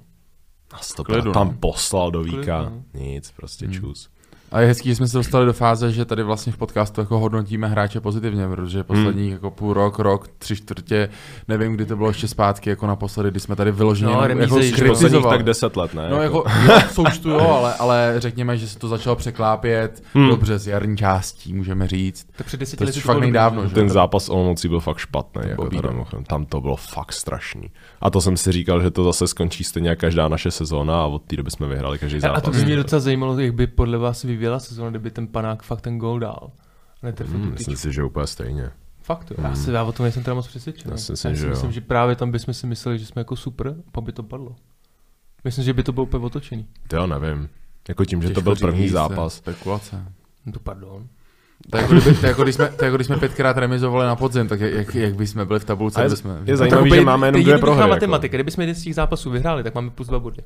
[SPEAKER 3] Tam poslal do víka. Nic, prostě čus.
[SPEAKER 2] A je hezký, že jsme se dostali do fáze, že tady vlastně v podcastu jako hodnotíme hráče pozitivně, protože posledních jako půl rok, 3/4, nevím, kdy to bylo ještě zpátky, jako naposledy, kdy jsme tady vyloženě jako
[SPEAKER 3] kritizovali. Tak 10 let, ne?
[SPEAKER 2] No jako součtu jo, ale řekněme, že se to začalo překlápět dobře z jarní částí, můžeme říct.
[SPEAKER 1] Tak před 10
[SPEAKER 2] lety to fakt nejdávno.
[SPEAKER 3] Ten zápas Olomoucí byl fakt špatný, jako tam to bylo fakt strašný. A to jsem si říkal, že to zase skončí stejně jak každá naše sezóna a od té doby jsme vyhráli každý zápas.
[SPEAKER 1] A to by mě docela zajímalo, jak by podle vás vyvíjela sezóna, kdyby ten Panák fakt ten gól dal.
[SPEAKER 3] Myslím si, že úplně stejně.
[SPEAKER 1] Fakt jo. Já o tom nejsem teda moc přesvědčený. Myslím, že právě tam bychom si mysleli, že jsme jako super, a by to padlo. Myslím, že by to bylo úplně otočený.
[SPEAKER 3] To já nevím. Jako tím, že to byl první zápas.
[SPEAKER 2] Spekulace.
[SPEAKER 1] To pardon.
[SPEAKER 2] To jako když jsme 5krát remizovali na podzim, tak jak bychom byli v tabulce,
[SPEAKER 3] je zajímavý, že máme jenom 2 prohry.
[SPEAKER 1] Matematika, kdybychom jeden z těch zápasů vyhráli, tak máme +2 body.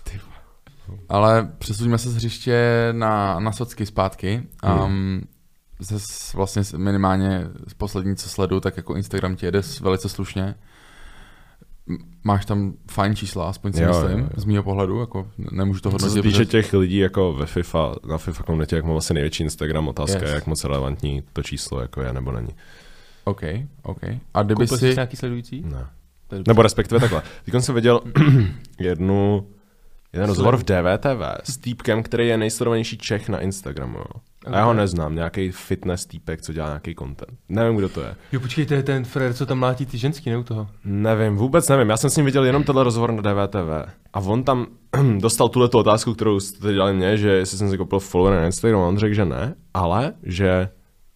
[SPEAKER 2] Ale přesuňme se z hřiště na socky zpátky. Vlastně minimálně z poslední, co sleduju, tak jako Instagram ti jede velice slušně. Máš tam fajn čísla, aspoň si myslím, z mýho pohledu, jako nemůžu to hodnotit.
[SPEAKER 3] Co se týče těch lidí jako ve FIFA, na FIFA komunitě, jak mám asi největší Instagram, otázka je, jak moc relevantní to číslo jako je nebo není.
[SPEAKER 2] OK. A kdyby
[SPEAKER 1] Koupil jsi nějaký sledující?
[SPEAKER 3] Ne. Nebo respektive takhle. Teď jsem viděl jeden rozhovor v DVTV s týpkem, který je nejsledovanější Čech na Instagramu. A já ho neznám, nějaký fitness týpek, co dělá nějaký content. Nevím, kdo to je.
[SPEAKER 1] Jo, počkej, to je ten frér, co tam mlátí ty ženský, ne u toho?
[SPEAKER 3] Nevím, vůbec nevím. Já jsem s ním viděl jenom tenhle rozhovor na DVTV. A on tam dostal tuhletu otázku, kterou jste dělali mě, že jestli jsem si koupil follower na Instagram, on řekl, že ne, ale že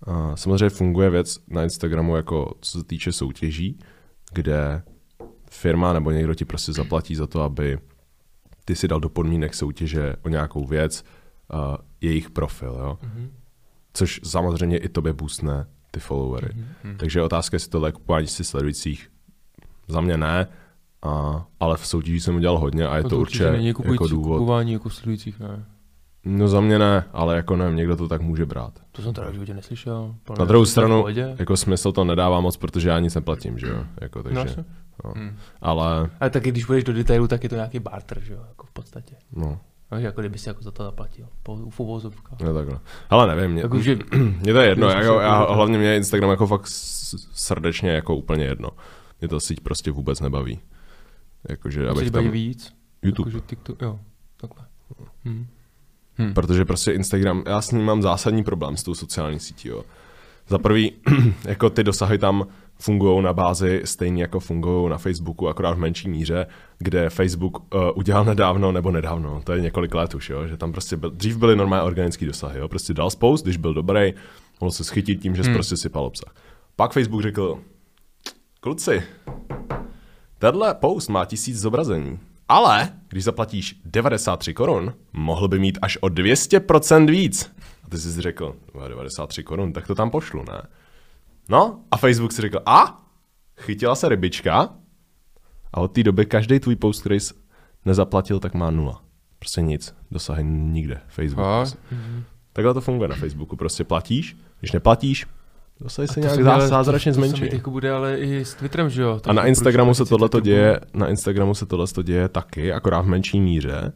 [SPEAKER 3] Samozřejmě funguje věc na Instagramu, jako co se týče soutěží, kde firma nebo někdo ti prostě zaplatí za to, aby ty si dal do podmínek soutěže o nějakou věc jejich profil, jo? Což samozřejmě i tobě boostne ty followery. Takže otázka, jestli tohle kupování si sledujících, za mě ne, ale v soutěži jsem udělal hodně a je to určitě jako důvod.
[SPEAKER 1] Kupování jako sledujících, ne?
[SPEAKER 3] No za mě ne, ale jako nevím, někdo to tak může brát.
[SPEAKER 1] To jsem teda v životě neslyšel.
[SPEAKER 3] Na druhou stranu, jako smysl to nedává moc, protože já nic neplatím, že jo? Jako, takže, no. Ale
[SPEAKER 1] taky když půjdeš do detailu, tak je to nějaký barter, že jo? Jako v podstatě.
[SPEAKER 3] No.
[SPEAKER 1] Takže jako kdyby si jako za to zaplatil. V uvozovkách.
[SPEAKER 3] No takhle. Ale nevím, mě to je jedno. Hlavně mě Instagram jako fakt srdečně jako úplně jedno. Mě to síť prostě vůbec nebaví. Jakože, abych tam...
[SPEAKER 1] víc?
[SPEAKER 3] YouTube.
[SPEAKER 1] Jakože TikTok, jo, takhle.
[SPEAKER 3] Protože prostě Instagram, já s ním mám zásadní problém s tou sociální sítí, jo. Za prvý, jako ty dosahy tam fungují na bázi stejně jako fungují na Facebooku, akorát v menší míře, kde Facebook udělal nedávno, to je několik let už, jo, že tam prostě dřív byly normálně organický dosahy, jo, prostě dal post, když byl dobrý, mohl se schytit tím, že prostě sypal obsah. Pak Facebook řekl, kluci, tenhle post má 1000 zobrazení, ale když zaplatíš 93 korun, mohl by mít až o 200% víc. A ty jsi řekl, 93 korun, tak to tam pošlu, ne? No a Facebook si řekl, chytila se rybička a od té doby každý tvůj post, který jsi nezaplatil, tak má 0. Prostě nic, dosahy nikde. Facebook. Takhle to funguje na Facebooku, prostě platíš, když neplatíš, dosahy se nějak zázračně zmenší.
[SPEAKER 1] To bude ale i s Twitterem, že jo?
[SPEAKER 3] A na Instagramu se tohleto děje, taky, akorát v menší míře.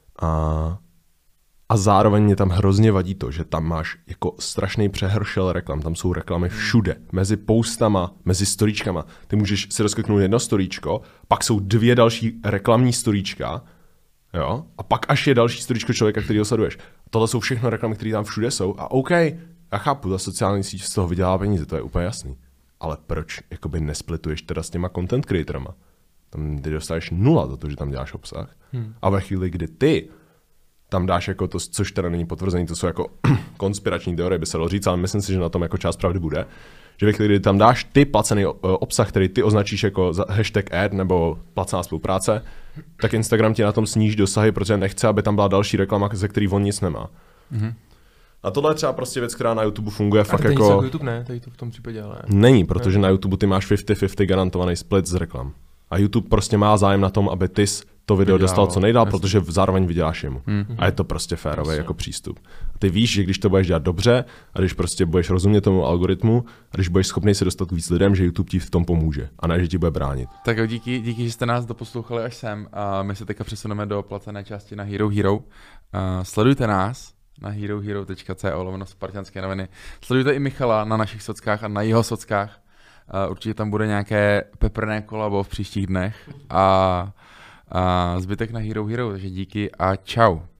[SPEAKER 3] A zároveň mě tam hrozně vadí to, že tam máš jako strašný přehršel reklam, tam jsou reklamy všude, mezi postama, mezi storíčkama. Ty můžeš si rozkliknout jedno storíčko, pak jsou 2 další reklamní storíčka, jo? A pak až je další storíčko člověka, který ho sleduješ. Tohle jsou všechno reklamy, které tam všude jsou a OK, já chápu, ta sociální síť z toho vydělá peníze, to je úplně jasný. Ale proč jakoby nesplituješ teda s těma content creatorama? Tam ty dostáš 0 za to, že tam děláš obsah. A ve chvíli, kdy ty tam dáš jako to, což teda není potvrzený, to jsou jako konspirační teorie, by se dalo říct, ale myslím si, že na tom jako část pravdy bude. Že ve chvíli, kdy tam dáš ty placený obsah, který ty označíš jako hashtag ad nebo placená spolupráce, tak Instagram ti na tom sníží dosahy, protože nechce, aby tam byla další reklama, ze který on nic nemá. A tohle je třeba prostě věc, která na YouTube funguje fakt jako...
[SPEAKER 1] YouTube ne, tady to v tom případě, ale...
[SPEAKER 3] Není, protože na YouTube ty máš 50-50 garantovaný split z reklam. A YouTube prostě má zájem na tom, aby ty to video dostal co nejdál, protože zároveň vyděláš jemu. A je to prostě férový jako přístup. A ty víš, že když to budeš dělat dobře, a když prostě budeš rozumět tomu algoritmu, a když budeš schopný se dostat víc lidem, že YouTube ti v tom pomůže, a ne, že ti bude bránit.
[SPEAKER 2] Tak jo, díky, že jste nás doposlouchali až sem. A my se teďka přesuneme do placené části na Hero Hero. Sledujte nás na herohero.co/spartanské noviny. Sledujte i Michala na našich sockách a na jeho sockách. Určitě tam bude nějaké peprné kolabo v příštích dnech a zbytek na Hero Hero, takže díky a čau.